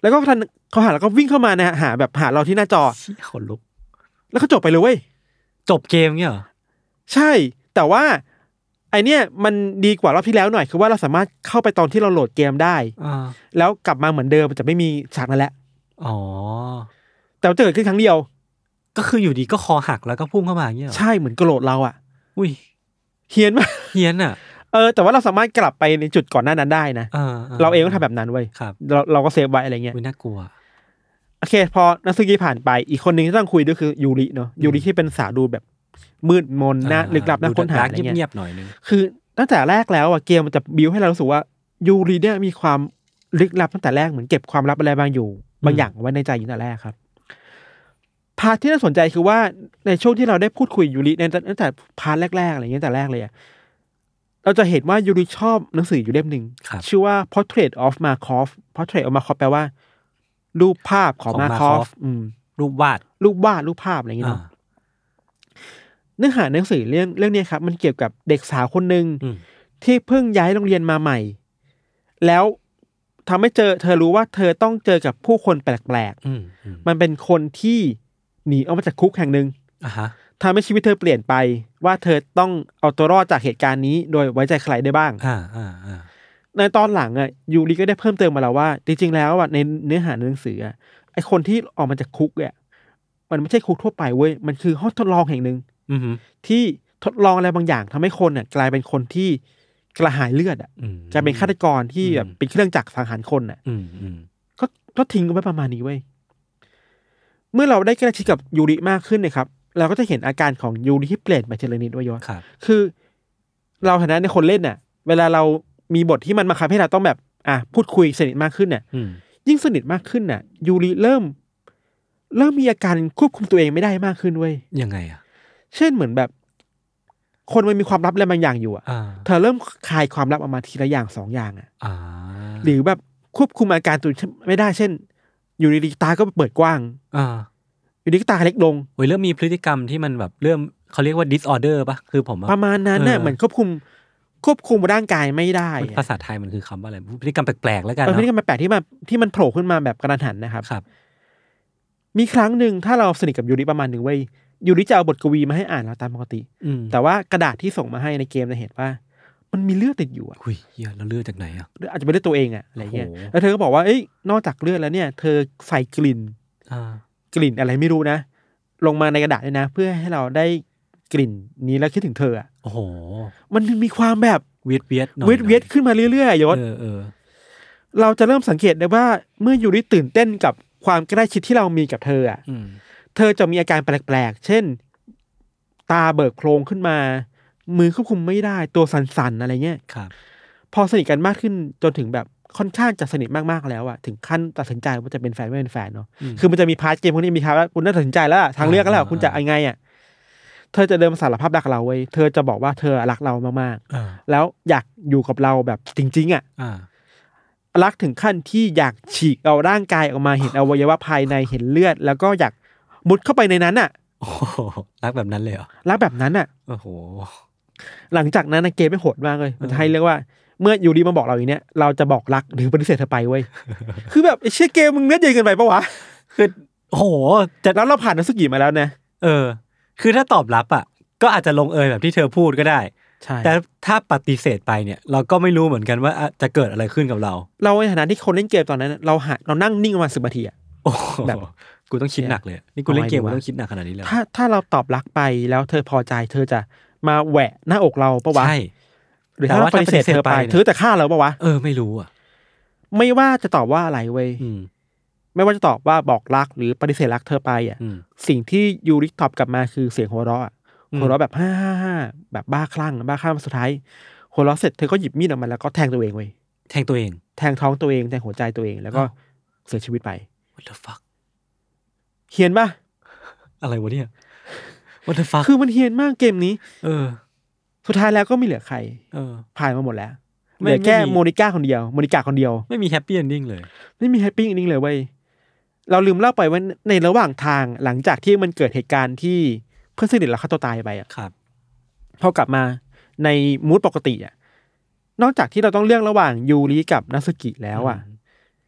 แล้วก็ทันเขาหาแล้วก็วิ่งเข้ามานะหาแบบหาเราที่หน้าจอขนลุกแล้วก็จบไปเลยเว้ยจบเกมเงี้ยเหรอใช่แต่ว่าไอเนี้ยมันดีกว่ารอบที่แล้วหน่อยคือว่าเราสามารถเข้าไปตอนที่เราโหลดเกมได้แล้วกลับมาเหมือนเดิมมันจะไม่มีฉากนั้นแหละอ๋อแต่จะเกิดขึ้นครั้งเดียวก็คืออยู่ดีก็คอหักแล้วก็พุ่งเข้ามาอย่างเงี้ยใช่เหมือนกระโดดเราอ่ะอุ้ยเฮี้ยนมากเฮี้ยนอ่ะเออแต่ว่าเราสามารถกลับไปในจุดก่อนหน้านั้นได้นะเราเองก็ทำแบบนั้นเว้ยเราเราก็เซฟไว้อะไรเงี้ยน่ากลัวโอเคพอนักซึกิผ่านไปอีกคนนึงที่ต้องคุยด้วยคือยูริเนาะยูริที่เป็นสาวดูแบบมืดมนน่าลึกลับน่าค้นหาอะไรเงี้ยเงียบๆหน่อยนึงคือตั้งแต่แรกแล้วอ่ะเกมมันจะบิวให้เรารู้สึกว่ายูริเนี่ยมีความลึกลับตั้งแต่แรกเหมือนเก็บความลับอะไรบางอยู่บางอย่างไว้ในใจอยู่ตั้งแต่แรกครับพาร์ทที่น่าสนใจคือว่าในช่วงที่เราได้พูดคุยยูริในตั้งแต่พาร์ทแรกๆอะไรเงี้ยแต่แรกเลยอ่ะเราจะเห็นว่ายูริชอบหนังสืออยู่เล่มนึงชื่อว่า Portrait of Markov Portrait of Markov แปลว่ารูปภาพของ Markov อืมรูปวาดรูปวาดรูปภาพอะไรอย่างเงี้ยเนาะเนื้อหาหนังสือเรื่องเรื่องนี้ครับมันเกี่ยวกับเด็กสาวคนนึงที่เพิ่งย้ายโรงเรียนมาใหม่แล้วทำให้เจอเธอรู้ว่าเธอต้องเจอกับผู้คนแปลกๆมันเป็นคนที่หนีออกมาจากคุกแห่งหนึ่งทำให้ชีวิตเธอเปลี่ยนไปว่าเธอต้องเอาตัวรอดจากเหตุการณ์นี้โดยไว้ใจใครได้บ้างในตอนหลังอ่ะยูริก็ได้เพิ่มเติมมาแล้วว่าจริงๆแล้วอ่ะในเนื้อหาหนังสือไอคนที่ออกมาจากคุกอ่ะมันไม่ใช่คุกทั่วไปเว้ยมันคือห้องทดลองแห่งหนึ่งที่ทดลองอะไรบางอย่างทำให้คนอ่ะกลายเป็นคนที่กระหายเลือดอ่ะกลายเป็นฆาตกรที่แบบเป็นเครื่องจักรสังหารคนอ่ะก็ก็ทิ้งกันไว้ประมาณนี้เว้ยเมื่อเราได้ใกล้ชิดกับยูริมากขึ้นเนี่ยครับเราก็จะเห็นอาการของยูริที่เปลี่ยนไปทีละนิดด้วยยศคือเราฐานะในคนเล่นน่ะเวลาเรามีบทที่มันมาคับให้เราต้องแบบอ่ะพูดคุยสนิทมากขึ้นเนี่ยยิ่งสนิทมากขึ้นน่ะยูริเริ่มเริ่มมีอาการควบคุมตัวเองไม่ได้มากขึ้นเว้ยยังไงอ่ะเช่นเหมือนแบบคนมันมีความลับอะไรบางอย่างอยู่อ่ะเธอเริ่มคลายความลับออกมาทีละอย่างสองอย่างอ่ะหรือแบบควบคุมอาการตัวไม่ได้เช่นอยู่ดีๆตาก็เปิดกว้างอยู่ดีก็ตาเล็กลงโอ้ยเริ่มมีพฤติกรรมที่มันแบบเริ่มเขาเรียกว่า disorder ป่ะคือผมประมาณนั้นน่ะเหมือนควบคุมควบคุมร่างกายไม่ได้ภาษาไทยมันคือคำว่าอะไรพฤติกรรมแปลกๆแล้วกันเนาะพฤติกรรมแปลกๆที่มันที่มันโผล่ขึ้นมาแบบกระทันหันนะครับครับมีครั้งหนึ่งถ้าเราสนิทกับยูริประมาณหนึ่งเว้ยยูริจะเอาบทกวีมาให้อ่านเราตามปกติแต่ว่ากระดาษที่ส่งมาให้ในเกมจะเห็นว่ามันมีเลือดติดอยู่อ่ะอุ้ยเหี้ยแล้วเลือดจากไหนอ่ะอาจจะเป็นเลือดตัวเองอ่ะอะไรเงี้ยแล้วเธอก็บอกว่าเอ้ยนอกจากเลือดแล้วเนี่ยเธอใส่กลิ่นกลิ่นอะไรไม่รู้นะลงมาในกระดาษด้วยนะเพื่อให้เราได้กลิ่นนี้แล้วคิดถึงเธออ่ะโอ้โหมันมีความแบบเวียดเวียดเวียดเวียดขึ้นมาเรื่อยๆยศเราจะเริ่มสังเกตได้ว่าเมื่อยูริตื่นเต้นกับความใกล้ชิดที่เรามีกับเธออ่ะเธอจะมีอาการแปลกๆเช่นตาเบิกโพลงขึ้นมามือควบคุมไม่ได้ตัวสั่นๆอะไรเงี้ยครับพอสนิทกันมากขึ้นจนถึงแบบค่อนข้างจะสนิทมากๆแล้วอ่ะถึงขั้นตัดสินใจว่าจะเป็นแฟนไม่เป็นแฟนเนาะคือมันจะมีพาร์ทเกมพวกนี้มีครับว่าคุณน่าตัดสินใจแล้วทางเลือกแล้วคุณจะยังไงอ่ะเธอจะเดินมาสารภาพรักเราเว้ยเธอจะบอกว่าเธอรักเรามากๆแล้วอยากอยู่กับเราแบบจริงๆอ่ะรักถึงขั้นที่อยากฉีกเอาร่างกายออกมาเห็นอวัยวะภายในเห็นเลือดแล้วก็อยากมุดเข้าไปในนั้นอ่ะโอ้รักแบบนั้นเลยเหรอรักแบบนั้นอ่ะโอ้โหหลังจากนั้นนะเกมไม่โหดมากเลยมันจะให้เรียกว่าเมื่อยูริมาบอกเราอย่างเนี้ยเราจะบอกรักหรือปฏิเสธเธอไปเว้ย คือแบบไอ้เชี่ยเกมมึงเนื้อใหญ่เกินไปปะวะคือโอ้โหแต่แล้วเราผ่านนักสกิมาแล้วนะเออคือถ้าตอบรับอ่ะก็อาจจะลงเอยแบบที่เธอพูดก็ได้ใช่แต่ถ้าปฏิเสธไปเนี่ยเราก็ไม่รู้เหมือนกันว่าจะเกิดอะไรขึ้นกับเราเราในฐานะที่คนเล่นเกมตอนนั้นเราหาเรานั่งนิ่งประมาณสิบนาทีอ่ะแบบกูต้องคิดหนักเลยนี่กูเล่นเกมกูต้องคิดหนักขนาดนี้แล้วถ้าถ้าเราตอบรักไปแล้วเธอพอใจเธอจะมาแหวะหน้าอกเราปะวะใช่หรือถ้าเราปฏิเสธเธอไปเธอแต่ฆ่าเราปะวะเออไม่รู้อ่ะไม่ว่าจะตอบว่าอะไรเว้ยไม่ว่าจะตอบว่าบอกรักหรือปฏิเสธรักเธอไปอ่ะสิ่งที่ยูริตอบกลับมาคือเสียงหัวเราะหัวเราะแบบฮ่าฮ่าฮ่าแบบบ้าคลั่งบ้าคลั่งสุดท้ายหัวเราะเสร็จเธอก็หยิบมีดออกมาแล้วก็แทงตัวเองเว้ยแทงตัวเองแทงท้องตัวเองแทงหัวใจตัวเองแล้วก็เสียชีวิตไป What the fuck เฮี้ยนปะอะไรวะเนี่ย What the fuck คือมันเฮี้ยนมากเกมนี้เออสุดท้ายแล้วก็ไม่เหลือใครเออผ่านมาหมดแล้วเหลือแค่โมนิก้าคนเดียวโมนิก้าคนเดียวไม่มีแฮปปี้เอนดิ้งเลยไม่มีแฮปปี้เอนดิ้งเลยเว้ยเราลืมเล่าไปว่าในระหว่างทางหลังจากที่มันเกิดเหตุการณ์ที่เพื่อนสนิทเราฆ่าตัวตายไปอ่ะครับพอกลับมาในมูดปกติอ่ะนอกจากที่เราต้องเลือกระหว่างยูริกับนาซึกิแล้วอ่ะเ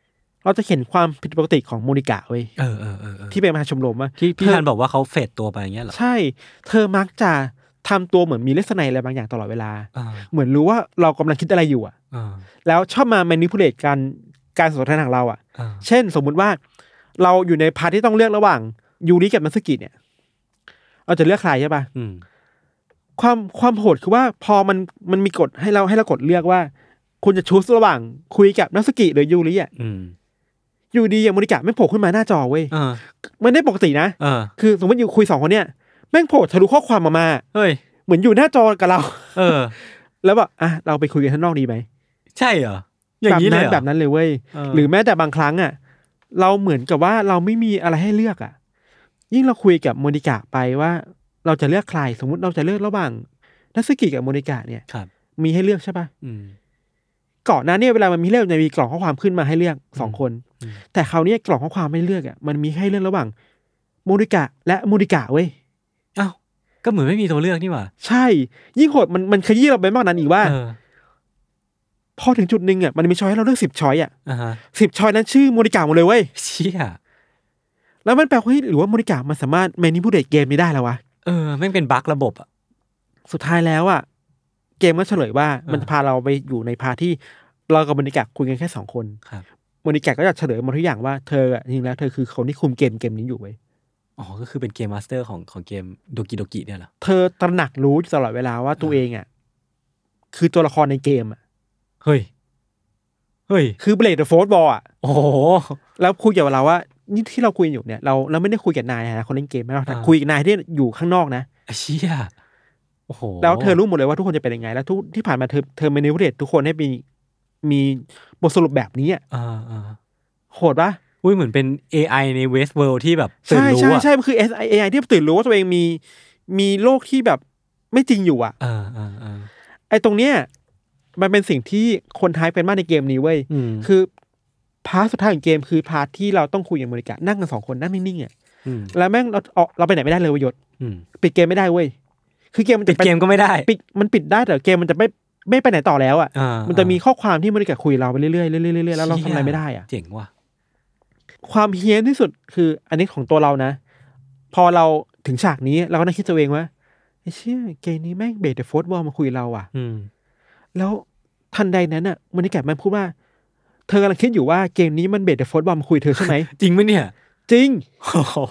เราจะเห็นความผิดปกติของโมนิกะเว้ยเออเออเออเออที่เป็นประธานชมรมอะที่พี่เธอทันบอกว่าเขาเฟดตัวไปอย่างเงี้ยเหรอใช่เธอมักจะทำตัวเหมือนมีเลสไนอะไรบางอย่างตลอดเวลาอ่าเหมือนรู้ว่าเรากำลังคิดอะไรอยู่อะอ่าแล้วชอบมาแมนิพูเลตการการสนทนาของเราอะอ่าเช่นสมมุติว่าเราอยู่ในพาร์ทที่ต้องเลือกระหว่างยูริกับนัสึกิเนี่ยเราจะเลือกใครใช่ปะอืมความความโหดคือว่าพอมันมันมีกฎให้เราให้เรากดเลือกว่าคุณจะชูสระหว่างคุยกับนัสึกิหรือยูริอ่ะอืมอยู่ดีอย่างโมนิกะไม่โผล่ขึ้นมาหน้าจอเว้ยเออมันได้ปกตินะเออคือสมมติอยู่คุยสองคนเนี่ยแม่งโผล่ทะลุข้อความมามาเฮ้ยเหมือนอยู่หน้าจอกับเราเออแล้วแบบอ่ะเราไปคุยกันข้างนอกดีไหมใช่เหรออย่างนี้เลยเหรอแบบนั้นเลยเว้ยเออหรือแม้แต่บางครั้งอ่ะเราเหมือนกับว่าเราไม่มีอะไรให้เลือกอ่ะยิ่งเราคุยกับโมนิกะไปว่าเราจะเลือกใครสมมุติเราจะเลือกระหว่างนัสึกิกับโมนิกะเนี่ยครับมีให้เลือกใช่ปะอืมก่อนหน้านี้เวลามันมีเลือกจะมีกล่องข้อความขึ้นมาให้เลือกสองคนอืมแต่คราวนี้กล่องข้อความไม่เลือกอ่ะมันมีให้เลือกระหว่างโมนิกะและโมนิกะเว้ยอ้าวก็เหมือนไม่มีตัวเลือกนี่หว่าใช่ยิ่งโหดมันมันขยี้เราไปมากกว่านั้นอีกว่าเออพอถึงจุดหนึ่งอ่ะมันมีช้อยให้เราเลือกสิบช้อยอ่ะอ่าฮะสิบช้อยนั้นชื่อโมนิกะหมดเลยเว้ยเชี่ยแล้วมันแปลว่าเฮ้ยหรือว่าโมนิกะมันสามารถแมนิพูเลตเกมนี้ได้แล้ววะเออแม่งเป็นบั๊กระบบอ่ะสุดท้ายแล้วอ่ะเกมก็เฉลยว่าเออมันจะพาเราไปอยู่ในพาร์ทที่เรากับโมนิกะคุยกันแค่สองคนครับโมนิกะก็จะเฉลยหมดทุกอย่างว่าเธออ่ะจริงๆแล้วเธอคือคนที่คุมเกมเกมนี้อยู่เว้ยอ๋อก็คือเป็นเกมมาสเตอร์ของของเกมโดกิโดกิเนี่ยเหรอเธอตระหนักรู้ตลอดเวลาว่าตัวเองอ่ะคือตัวละครในเกมอ่ะเฮ้ยเฮ้ยคือเบลดเดอะโฟร์บอลอ่ะโอ้โหแล้วคุยกับเราว่านี่ที่เราคุยอยู่เนี่ยเราเราไม่ได้คุยกับนายนะคนเล่นเกมนะเราอ่าคุยกับนายที่อยู่ข้างนอกนะไอ้เชี่ยโอ้โหแล้วเธอรู้หมดเลยว่าทุกคนจะเป็นยังไง แล้วทุกที่ผ่านมาเธอเธอเมนิพูเลตทุกคนให้มีมีบทสรุปแบบนี้อ่ะอ่าอ่าโหดปะอุ้ยเหมือนเป็น เอ ไอ ใน Westworld ที่แบบตื่นใช่รู้ใช่อ่ะใช่มันคือ เอไอ ที่ตื่นรู้ว่าตัวเองมีมีโลกที่แบบไม่จริงอยู่อ่ะอ่าอ่าอ่าไอตรงเนี้ยมันเป็นสิ่งที่คนไทยเป็นมากในเกมนี้เว้ยอืมคือพาร์ทสุดท้ายของเกมคือพาร์ทที่เราต้องคุยกับโมนิกะนั่งกันสองคนนั่งนิ่งๆอ่ะอืมแล้วแม่งเราออกเราไปไหนไม่ได้เลยเวยศอืมปิดเกมไม่ได้เว้ยคือเกมมันปิจะดเกมก็ไม่ได้ปิดมันปิดได้แต่เกมมันจะไม่ไม่ไปไหนต่อแล้วอ่ะอ่ามันจะมีข้อความที่โมนิกะคุยเราไปเรื่อยๆเรื่อยๆเรื่อยๆแล้วเราทำอะไรไม่ได้อ่ะเจ๋งว่ะความเฮี้ยนที่สุดคืออันนี้ของตัวเรานะ พอเราถึงฉากนี้เราก็นั่งคิดตัวเองว่าไอ้เชี่ยเกมนี้แม่งเบสเดอะโฟร์บอลมาคุยเราอ่ะอืมแล้วทันใดนั้นอ่ะโมนิกะมันพูดว่าเธอกำลังคิดอยู่ว่าเกมนี้มันเบสเดอะโฟร์บอลมาคุยเธอใช่ไหมจริงไหมเนี่ยจริงโอ้โห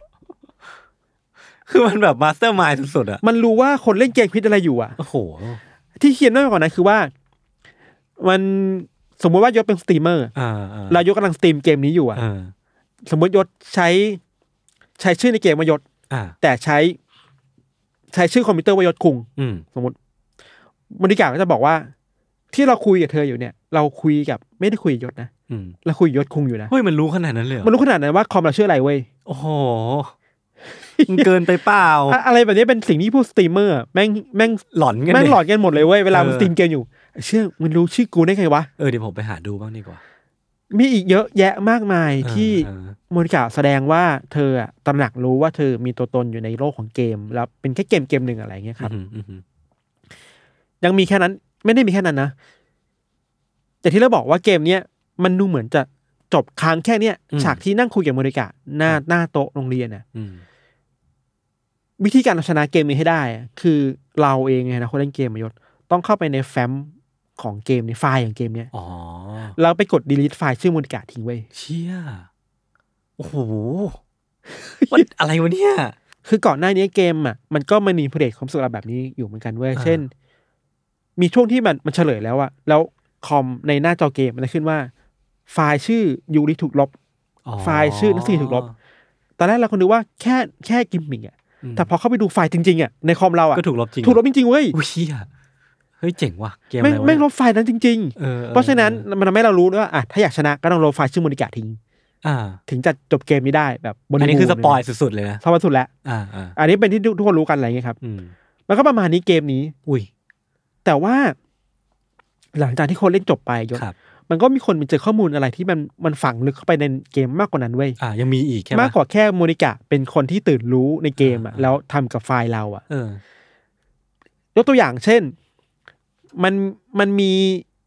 คือมันแบบมาสเตอร์มายด์สุดๆอ่ะมันรู้ว่าคนเล่นเกมคิดอะไรอยู่อ่ะโอ้โหที่เขียนน้อยกว่านั้นคือว่า มันสมมติว่ายศเป็นสตรีมเมอร์อ่าอ่าแล้วยศกำลังสตรีมเกมนี้อยู่อ่ะอ่าสมมติยศใช้ใช้ชื่อในเกมว่ายศอ่าแต่ใช้ ใช้ชื่อคอมพิวเตอร์ว่ายศคุงอืมสมมติมนิกาก็จะบอกว่า ที่เราคุยกับเธออยู่เนี่ย เราคุยกับไม่ได้คุยกับยศนะอืมเราคุยกับยศคุงอยู่นะเฮ้ยมันรู้ขนาดนั้นเลยเหรอมันรู้ขนาดนั้นว่าคอมเราชื่ออะไรเว้ยโอ้โหมันเกินไปเปล่าอะอะไรแบบนี้เป็นสิ่งที่ผู้สตรีมเมอร์อะแม่งแม่งหลอนกันแม่งดิหลอนกันหมดเลยเว้ยเวลาเออมันสตรีมเกมอยู่เชื่อมันรู้ชื่อกูได้ไงวะเออเดี๋ยวผมไปหาดูบ้างดีกว่ามีอีกเยอะแยะมากมายเออที่เออโมนิกาแสดงว่าเธออะตระหนักรู้ว่าเธอมีตัวตนอยู่ในโลกของเกม แล้วเป็นแค่เกมเกมหนึ่งอะไรเงี้ยครับอืมอืมอืมยังมีแค่นั้นไม่ได้มีแค่นั้นนะแต่ที่เราบอกว่าเกมเนี้ยมันดูเหมือนจะจบค้างแค่เนี้ยฉากที่นั่งคุยกับโมนิกาหน้าหน้าโต๊ะโรงเรียนน่ะอืมวิธีการเอาชนะเกมนี้ให้ได้อะคือเราเองไงนะคนเล่นเกมมายศต้องเข้าไปในแฟ้มของเกมในไฟล์ของเกมเนี้ยอ๋อแล้วไปกด delete ไฟล์ชื่อโมนิกาทิ้งไว้เชี่ยโอ้โหมันอะไรวะเนี่ยคือก่อนหน้านี้เกมอ่ะมันก็มานีเพลทความรู้สึกเราแบบนี้อยู่เหมือนกันเว้ยอ่าเช่น มีช่วงที่มันมันเฉลยแล้วอะแล้วคอมในหน้าจอเกมมันจะขึ้นว่า ไฟล์ชื่อยูริถูกลบอ๋อไฟล์ชื่อนักศึกษาถูกลบ ตอนแรกเราคนนึกว่าแค่แค่กิมมิกอะอืมแต่พอเข้าไปดูไฟล์จริงๆอะในคอมเราอะก็ถูกลบจริงถูกลบจริงๆเว้ยอุ้ยเชี่ยเฮ้ยเจ๋งว่ะเกมไม่อะไรวะไม่ลบไฟล์นั้นจริงเออๆ เพราะฉะนั้นมันทำให้เรารู้ว่าอ่ะถ้าอยากชนะก็ต้องลบไฟล์ชื่อโมนิกาทิ้งอ่าถึงจะจบเกมนี้ได้แบบบริอันบูรณ์นี้คือสปอยสุดๆเลยนะสปอยสุดแล้วอ่าอ่าอันนี้เป็นที่ทุกคนรู้กันอะไรอย่างเงี้ยครับอืมมันก็ประมาณนี้เกมนี้อุ้ยแต่ว่า หลังจากที่คนเล่นจบไปยศครับมันก็มีคนไปเจอข้อมูลอะไรที่มันมันฝังลึกเข้าไปในเกมมากกว่านั้นเว้ยอ่ายังมีอีกใช่ไหมมากกว่าแค่โมนิกะเป็นคนที่ตื่นรู้ในเกมอ่ะอ่าแล้วทำกับไฟล์เราอ่ะเออยกตัวอย่างเช่น มันมันมี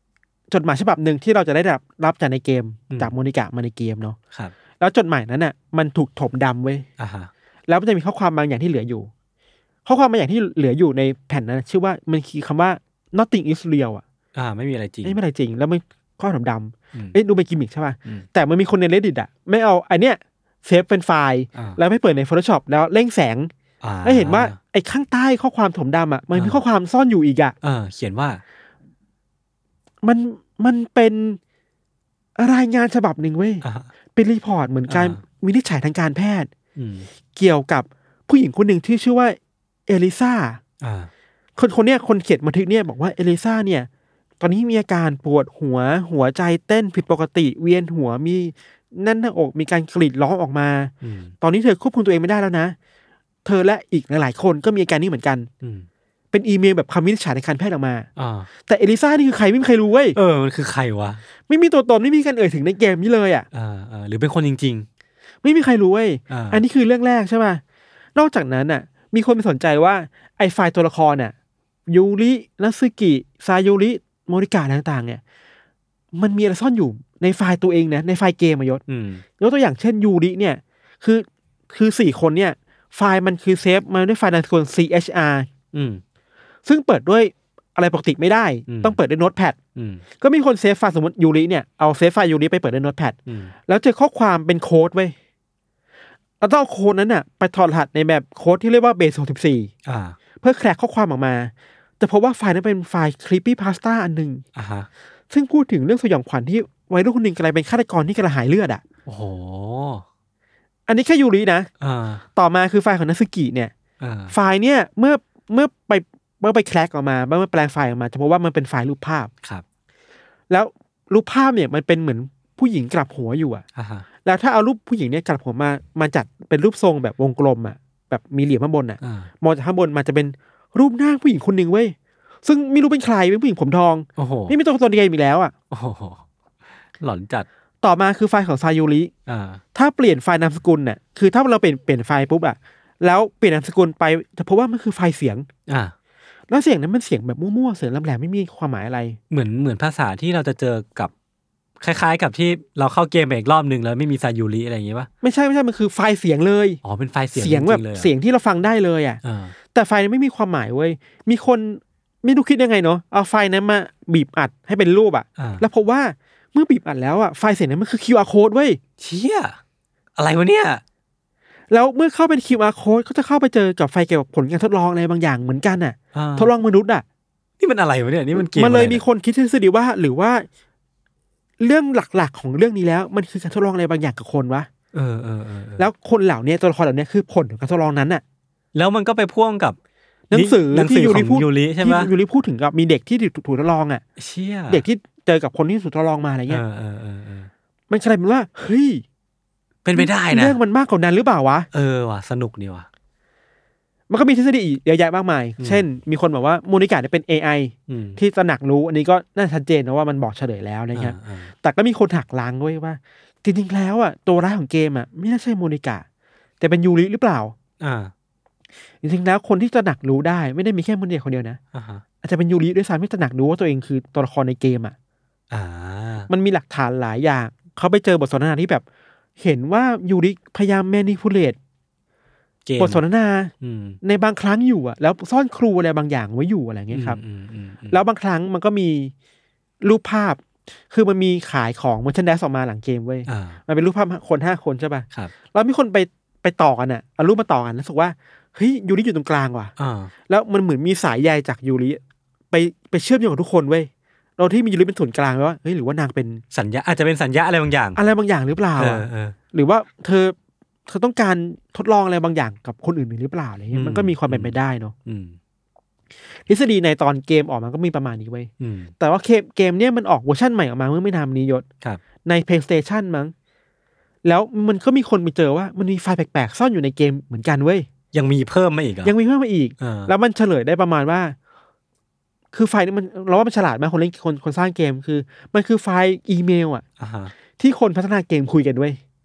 จดหมายฉบับหนึ่งที่เราจะได้รับรับจากในเกมจากโมนิกะมาในเกมเนาะครับแล้วจดหมายนั้นน่ะมันถูกถมดำเว้ยอ่าฮะแล้วมันจะมีข้อความบางอย่างที่เหลืออยู่ข้อความบางอย่างที่เหลืออยู่ในแผ่นนั้นชื่อว่ามันคือคำว่า nothing is real อ่ะอ่าไม่มีอะไรจริงไม่มีอะไรจริงแล้วมันข้อถมดำเอ๊ะดูเป็นกิมมิคใช่ป่ะแต่มันมีคนใน Reddit อ่ะไม่เอาไอเนี้ยเซฟเป็นไฟล์แล้วไม่เปิดใน Photoshop แล้วเร่งแสงแล้วเห็นว่าไอ้ข้างใต้ข้อความถมดำอ่ะมันมีข้อความซ่อนอยู่อีกอ่ะเออเขียนว่ามันมันเป็นรายงานฉบับหนึ่งเว้ยเป็นรีพอร์ตเหมือนการวินิจฉัยทางการแพทย์เกี่ยวกับผู้หญิงคนหนึ่งที่ชื่อว่าเอลิซาคนคนเนี้ยคนเขียนบันทึกเนี่ยบอกว่าเอลิซาเนี่ยตอนนี้มีอาการปวดหัวหัวใจเต้นผิดปกติเวียนหัวมีแน่นหน้าอกมีการกรีดร้องออกมาตอนนี้เธอควบคุมตัวเองไม่ได้แล้วนะเธอและอีกหลายๆคนก็มีอาการนี้เหมือนกันเป็นอีเมลแบบคำวินิจฉัยทางการแพทย์ออกมาแต่เอลิซานี่คือใครไม่มีใครรู้เว้ยเออมันคือใครวะไม่มีตัวตนไม่มีการเอ่ยถึงในเกมนี้เลยอ่ะอ่าหรือเป็นคนจริงๆไม่มีใครรู้เว้ย อ, อันนี้คือเรื่องแรกใช่ป่ะนอกจากนั้นน่ะมีคนไปสนใจว่าไอ้ไฟล์ตัวละครน่ะยูรินัสึกิซายูริโมริกะต่างๆเนี่ยมันมีอะไรซ่อนอยู่ในไฟล์ตัวเองนะในไฟล์เกมมายศยกตัวอย่างเช่นยูริเนี่ยคือคือสี่คนเนี่ยไฟล์มันคือเซฟมาด้วยไฟล์นามสกุล ซี เอช อาร์ อืมซึ่งเปิดด้วยอะไรปกติไม่ได้ต้องเปิดด้วยโน้ตแพดก็มีคนเซฟไฟล์สมมติยูริเนี่ยเอาเซฟไฟล์ยูริไปเปิดด้วยโน้ตแพดแล้วเจอข้อความเป็นโค้ดไว้แล้วต้องเอาโค้ดนั้นน่ะไปถอดรหัสในแบบโค้ดที่เรียกว่าเบสหกสิบสี่อ่าเพื่อแคร็กข้อความออกมาจะพบว่าไฟล์นั้นเป็นไฟล์ creepypasta อันนึงอ่าฮะซึ่งพูดถึงเรื่องสยองขวัญที่วัยรุ่นคนหนึ่งกลายเป็นฆาตกรที่กระหายเลือดอ่ะโอ้โหอันนี้แค่ยูรินะอ่าต่อมาคือไฟล์ของนัสึกิเนี่ยไฟล์เนี่ยเมื่อเมื่อไปเมื่อไปแคร็กออกมาเมื่อแปลงไฟล์ออกมาจะพบว่ามันเป็นไฟล์รูปภาพครับแล้วรูปภาพเนี่ยมันเป็นเหมือนผู้หญิงกลับหัวอยู่อ่ะแล้วถ้าเอารูปผู้หญิงเนี่ยกลับหัวมามาจัดเป็นรูปทรงแบบวงกลมอ่ะแบบมีเหลี่ยมข้างบนอ่ะมองจากข้างบนมันจะเป็นรูปหน้าผู้หญิงคนหนึ่งเว้ยซึ่งไม่รู้เป็นใครเป็นผู้หญิงผมทองไม่มีตัวตนใดอีกแล้วอ่ะหลอนจัดต่อมาคือไฟล์ของซายูริถ้าเปลี่ยนไฟล์นามสกุลน่ะคือถ้าเราเปลี่ยนเปลี่ยนไฟล์ปุ๊บอ่ะแล้วเปลี่ยนนามสกุลไปจะพบว่ามันคือไฟล์เสียงอ่าแล้วเสียงนั้นมันเสียงแบบมั่วๆเสียงแหลมๆไม่มีความหมายอะไรเหมือนเหมือนภาษาที่เราจะเจอกับคล้ายๆกับที่เราเข้าเกมไปอีกรอบนึงแล้วไม่มีซายูริอะไรอย่างงี้ป่ะไม่ใช่ไม่ใช่มันคือไฟล์เสียงเลยอ๋อเป็นไฟล์เสียงเสียงแบบเสียงที่เราฟังได้เลยอ่ะแต่ไฟล์นั้นไม่มีความหมายเว้ยมีคนไม่รู้คิดยังไงเนาะเอาไฟล์นั้นมาบีบอัดให้เป็นรูปอ่ะแล้วพบว่าเมื่อบีบอัดแล้วอ่ะไฟล์เสียงนั้นมันคือ คิว อาร์ code เว้ยเชี่ยอะไรวะเนี่ยแล้วเมื่อเข้าเป็น คิว อาร์ code ก็จะเข้าไปเจอกับไฟล์เกี่ยวกับผลการทดลองอะไรบางอย่างเหมือนกันน่ะทดลองมนุษย์อ่ะนี่มันอะไรวะเนี่ยนี่มันเกมมันเลยมีคนคิดทฤษฎีว่าหรือว่าเรื่องหลักๆของเรื่องนี้แล้วมันคือการทดลองอะไรบางอย่างกับคนวะเออเออเออแล้วคนเหล่านี้ตัวละครเหล่านี้คือผลของการทดลองนั้นน่ะแล้วมันก็ไปพ่วงกับหนังสือที่ยูริพูดใช่ไหมยูริพูดถึงกับมีเด็กที่ถูกทดลองอ่ะเชี่ยเด็กที่เจอกับคนที่ถูกทดลองมาอะไรเงี้ยเออเออเออมันกลายเป็นว่าเฮ้ยเป็นไปได้นะเรื่องมันมากกว่านั้นหรือเปล่าวะเออว่ะสนุกนี่ว่ะมันก็มีทฤษฎีอีกเยอะแยะมากมายเช่นมีคนบอกว่าโมนิกะเนี่ยเป็น เอ ไอ ที่ตระหนักรู้อันนี้ก็น่าชัดเจนนะว่ามันบอกเฉลยแล้วนะครับแต่ก็มีคนหักล้างด้วยว่าจริงๆแล้วอ่ะตัวร้ายของเกมอ่ะไม่น่าใช่โมนิกะแต่เป็นยูริหรือเปล่าอ่าจริงๆแล้วคนที่ตระหนักรู้ได้ไม่ได้มีแค่โมนิกะคนเดียวนะอาจจะเป็นยูริด้วยซ้ำที่ตระหนักรู้ว่าตัวเองคือตัวละครในเกมอ่ะมันมีหลักฐานหลายอย่างเขาไปเจอบทสนทนาที่แบบเห็นว่ายูริพยายามแมนิพูเลตบทสนทนาในบางครั้งอยู่อ่ะแล้วซ่อนครูอะไรบางอย่างไว้อยู่อะไรเงี้ยครับแล้วบางครั้งมันก็มีรูปภาพคือมันมีขายของมันชันแดสออกมาหลังเกมเว้ยมันเป็นรูปภาพคนห้าคนใช่ป่ะแล้วมีคนไปไปต่อกันอ่ะเอารูปมาต่อกันแล้วรู้สึกว่าเฮ้ยยูริอยู่ตรงกลางว่ะแล้วมันเหมือนมีสายใยจากยูริไปไปเชื่อมโยงกับทุกคนเว้ยเราที่มียูริเป็นศูนย์กลางว่าเฮ้ยหรือว่านางเป็นสัญญาอาจจะเป็นสัญญาอะไรบางอย่างอะไรบางอย่างหรือเปล่าหรือว่าเธอเธอต้องการทดลองอะไรบางอย่างกับคนอื่นหรือเปล่าอะไรเงี้ยมันก็มีความเป็นไปได้เนาะทฤษฎีในตอนเกมออกมาก็มีประมาณนี้ไว้แต่ว่าเกมเกมเนี้ยมันออกเวอร์ชันใหม่ออกมาเมื่อไม่นานนี้ยศใน PlayStation มั้งแล้วมันก็มีคนไปเจอว่ามันมีไฟล์แปลกๆซ่อนอยู่ในเกมเหมือนกันเว้ยยังมีเพิ่มมาอีกยังมีเพิ่มมาอีกแล้วมันเฉลยได้ประมาณว่าคือไฟล์นี้มันเราว่ามันฉลาดมากคนเล่นคนคนสร้างเกมคือมันคือไฟล์อีเมลอ่ะที่คนพัฒนาเกมคุยกันด้วย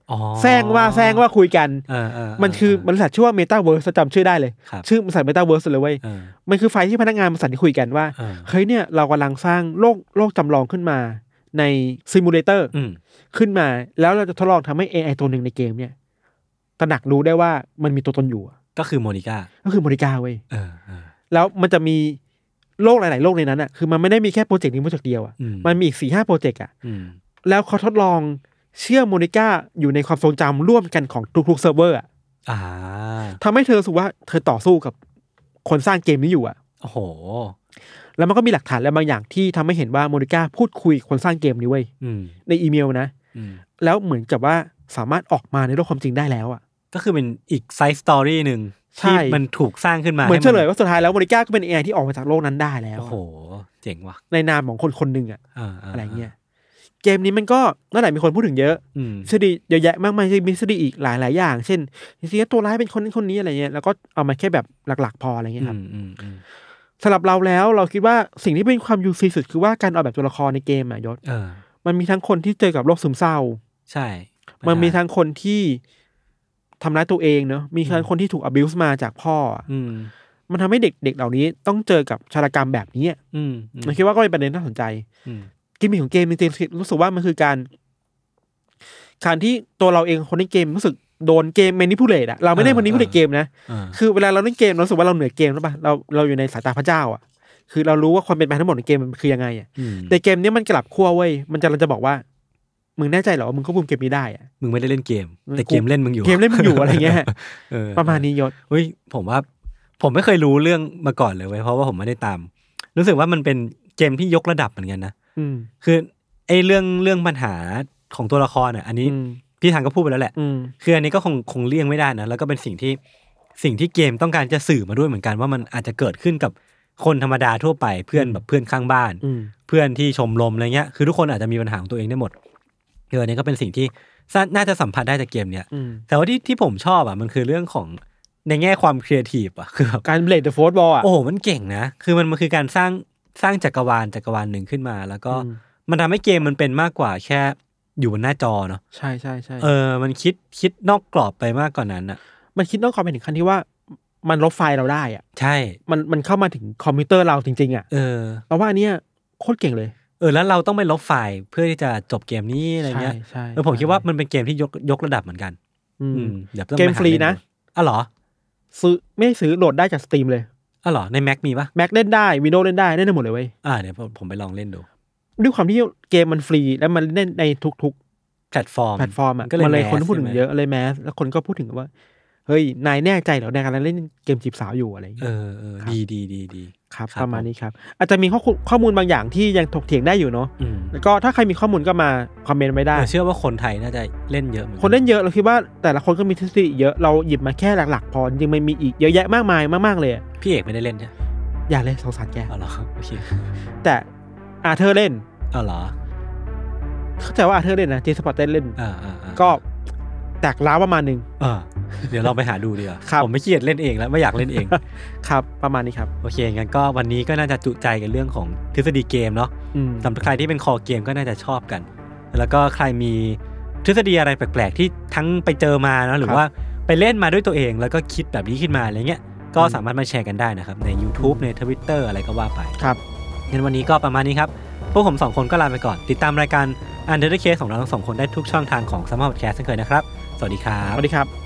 แซงว่าแซงว่าคุยกันมันคือบริษัทชื่อว่า Metaverse จำชื่อได้เลยชื่อบริษัท Metaverse เลยเว้ยมันคือไฟที่พนักงานบริษัทที่คุยกันว่าเฮ้ยเนี่ยเรากำลังสร้างโลกโลกจำลองขึ้นมาในซิมูเลเตอร์ขึ้นมาแล้วเราจะทดลองทำให้ เอ ไอ ตัวหนึ่งในเกมเนี่ยตระหนักรู้ได้ว่ามันมีตัวตนอยู่ก็คือโมนิก้าก็คือโมนิก้าเว้ยแล้วมันจะมีโลกหลายๆโลกในนั้นอ่ะคือมันไม่ได้มีแค่โปรเจกต์นี้โปรเจกต์เดียวอ่ะมันมีอีก สี่ห้า โปรเจกต์อ่ะแล้วเขาทดลองเชื่อโมนิก้าอยู่ในความทรงจำร่วมกันของทุกๆเซิร์ฟเวอร์อ่ะทำให้เธอรู้สึกว่าเธอต่อสู้กับคนสร้างเกมนี้อยู่อ่ะโอ้โหแล้วมันก็มีหลักฐานและบางอย่างที่ทำให้เห็นว่าโมนิก้าพูดคุยกับคนสร้างเกมนี้เว้ยในอีเมลนะแล้วเหมือนกับว่าสามารถออกมาในโลกความจริงได้แล้วอ่ะก็คือเป็นอีกไซส์สตอรี่นึงที่มันถูกสร้างขึ้นมาเหมือนเฉลยว่าสุดท้ายแล้วโมนิก้าก็เป็น เอ ไอ ที่ออกมาจากโลกนั้นได้แล้วโอ้โหเจ๋งว่ะในนามของคนคนนึงอ่ะอะไรเงี้ยเกมนี้มันก็นั่นแหละมีคนพูดถึงเยอะทฤษฎีเยอะแยะมากมายมีทฤษฎีอีกหลายๆอย่างเช่นจริงๆตัวร้ายเป็นคนนี้คนนี้อะไรเงี้ยแล้วก็เอามาแค่แบบหลักๆพออะไรเงี้ยครับสำหรับเราแล้วเราคิดว่าสิ่งที่เป็นความยูซีสุดคือว่าการออกแบบตัวละครในเกมอ่ะยศมันมีทั้งคนที่เจอกับโรคซึมเศร้าใช่มันมีทั้งคนที่ทำร้ายตัวเองเนอะมีทั้งคนที่ถูก abuse มาจากพ่อมันทำให้เด็กเด็กเหล่านี้ต้องเจอกับชะตากรรมแบบนี้เราคิดว่าก็เป็นประเด็นน่าสนใจกิมมิคของเกมจริงๆรู้สึกว่ามันคือการการที่ตัวเราเองคนในเกมรู้สึกโดนเกมแมนิพูเลตอะเราไม่ได้แมนิพูเลตเกมนะคือเวลาเราเล่นเกมเรารู้สึกว่าเราเหนือเกมหรือเปล่าเราเราอยู่ในสายตาพระเจ้าอ่ะคือเรารู้ว่าความเป็นไปทั้งหมดในเกมมันคือยังไงอ่ะแต่เกมนี้มันกลับขั้วเว้ยมันจะเราจะบอกว่ามึงแน่ใจเหรอมึงควบคุมเกมนี้ได้อ่ะมึงไม่ได้เล่นเกมแต่เกมเล่นมึงอยู่เกมเล่นมึงอยู่อะไรเงี้ยประมาณนี้ยศเฮ้ยผมว่าผมไม่เคยรู้เรื่องมาก่อนเลยเว้ยเพราะว่าผมไม่ได้ตามรู้สึกว่ามันเป็นเกมที่ยกระดับเหมือนกันนะคือไอ้เรื่องเรื่องปัญหาของตัวละครอ่ะอันนี้พี่ธันก็พูดไปแล้วแหละคืออันนี้ก็คงคงเลี่ยงไม่ได้นะแล้วก็เป็นสิ่งที่สิ่งที่เกมต้องการจะสื่อมาด้วยเหมือนกันว่ามันอาจจะเกิดขึ้นกับคนธรรมดาทั่วไปเพื่อนแบบเพื่อนข้างบ้านเพื่อนที่ชมรมอะไรเงี้ยคือทุกคนอาจจะมีปัญหาของตัวเองได้หมดเออเนี่ยก็เป็นสิ่งที่น่าจะสัมผัสได้จากเกมเนี้ยแต่ว่าที่ที่ผมชอบอ่ะมันคือเรื่องของในแง่ความครีเอทีฟอ่ะคือการเบลดเดอะโฟร์บอลอ่ะโอ้โหมันเก่งนะคือมันมันคือการสร้างสร้างจักรวาลจักรวาลหนึ่งขึ้นมาแล้วก็มันทำให้เกมมันเป็นมากกว่าแค่อยู่บนหน้าจอเนาะใช่ใช่ใช่เออมันคิดคิดนอกกรอบไปมากกว่านั้นอ่ะมันคิดนอกกรอบไปถึงขั้นที่ว่ามันลบไฟล์เราได้อ่ะใช่มันมันเข้ามาถึงคอมพิวเตอร์เราจริงๆอ่ะเออเราว่าอันเนี้ยโคตรเก่งเลยเออแล้วเราต้องไปลบไฟล์เพื่อที่จะจบเกมนี้อะไรเงี้ยเออผมคิดว่ามันเป็นเกมที่ยกยกระดับเหมือนกันอืมเกมฟรีนะอ๋อเหรอซื้อไม่ซื้อโหลดได้จาก Steam เลยอ๋อเหรอใน Mac มีป่ะ Mac เล่นได้ Windows เล่นได้เล่นได้หมดเลยเว้ยอ่าเดี๋ยวผมไปลองเล่นดูด้วยความที่เกมมันฟรีแล้วมันเล่นในทุกๆแพลตฟอร์มแพลตฟอร์มอ่ะมันเลยคนพูดถึงเยอะเลยแมสแล้วคนก็พูดถึงว่าเฮ้ยนายแน่ใจเหรอในการเล่นเกมจีบสาวอยู่อะไรอย่างเงี้ยเออเออดีดีดีดีครับประมาณนี้ครับอาจจะมีข้อข้อมูลบางอย่างที่ยังถกเถียงได้อยู่เนาะแล้วก็ถ้าใครมีข้อมูลก็มาคอมเมนต์ไว้ได้เชื่อว่าคนไทยน่าจะเล่นเยอะเหมือนคนเล่นเยอะเราคิดว่าแต่ละคนก็มีทฤษฎีเยอะเราหยิบมาแค่หลักๆพอจริงๆมันมีอีกเยอะแยะมากมายมากๆเลยพี่เอกไม่ได้เล่นใช่อย่าเล่นสงสารแกอ๋อเหรอโอเคแต่อาเธอร์เล่นอ๋อเหรอเข้าใจว่าอาเธอร์เล่นนะเจสปอร์ตเล่นอ่าก็แตกล้าวประมาณนึงอ่าเดี๋ยวเราไปหาดูดีกว่าผมไม่ขี้เกียจเล่นเองแล้วไม่อยากเล่นเองครับประมาณนี้ครับโอเคงั้นก็วันนี้ก็น่าจะจุใจกันเรื่องของทฤษฎีเกมเนาะสำหรับใครที่เป็นคอเกมก็น่าจะชอบกันแล้วก็ใครมีทฤษฎีอะไรแปลกๆที่ทั้งไปเจอมาเนาะหรือว่าไปเล่นมาด้วยตัวเองแล้วก็คิดแบบนี้ขึ้นมาอะไรเงี้ยก็สามารถมาแชร์กันได้นะครับใน YouTube ใน Twitter อะไรก็ว่าไปครับงั้นวันนี้ก็ประมาณนี้ครับพวกผมสองคนก็ลาไปก่อนติดตามรายการ Under the Case ของเราทั้งสองคนได้ทุกช่องทางของ Summer Podcast เช่นเคยนะครับสวัสดีครับสวัสดีครับ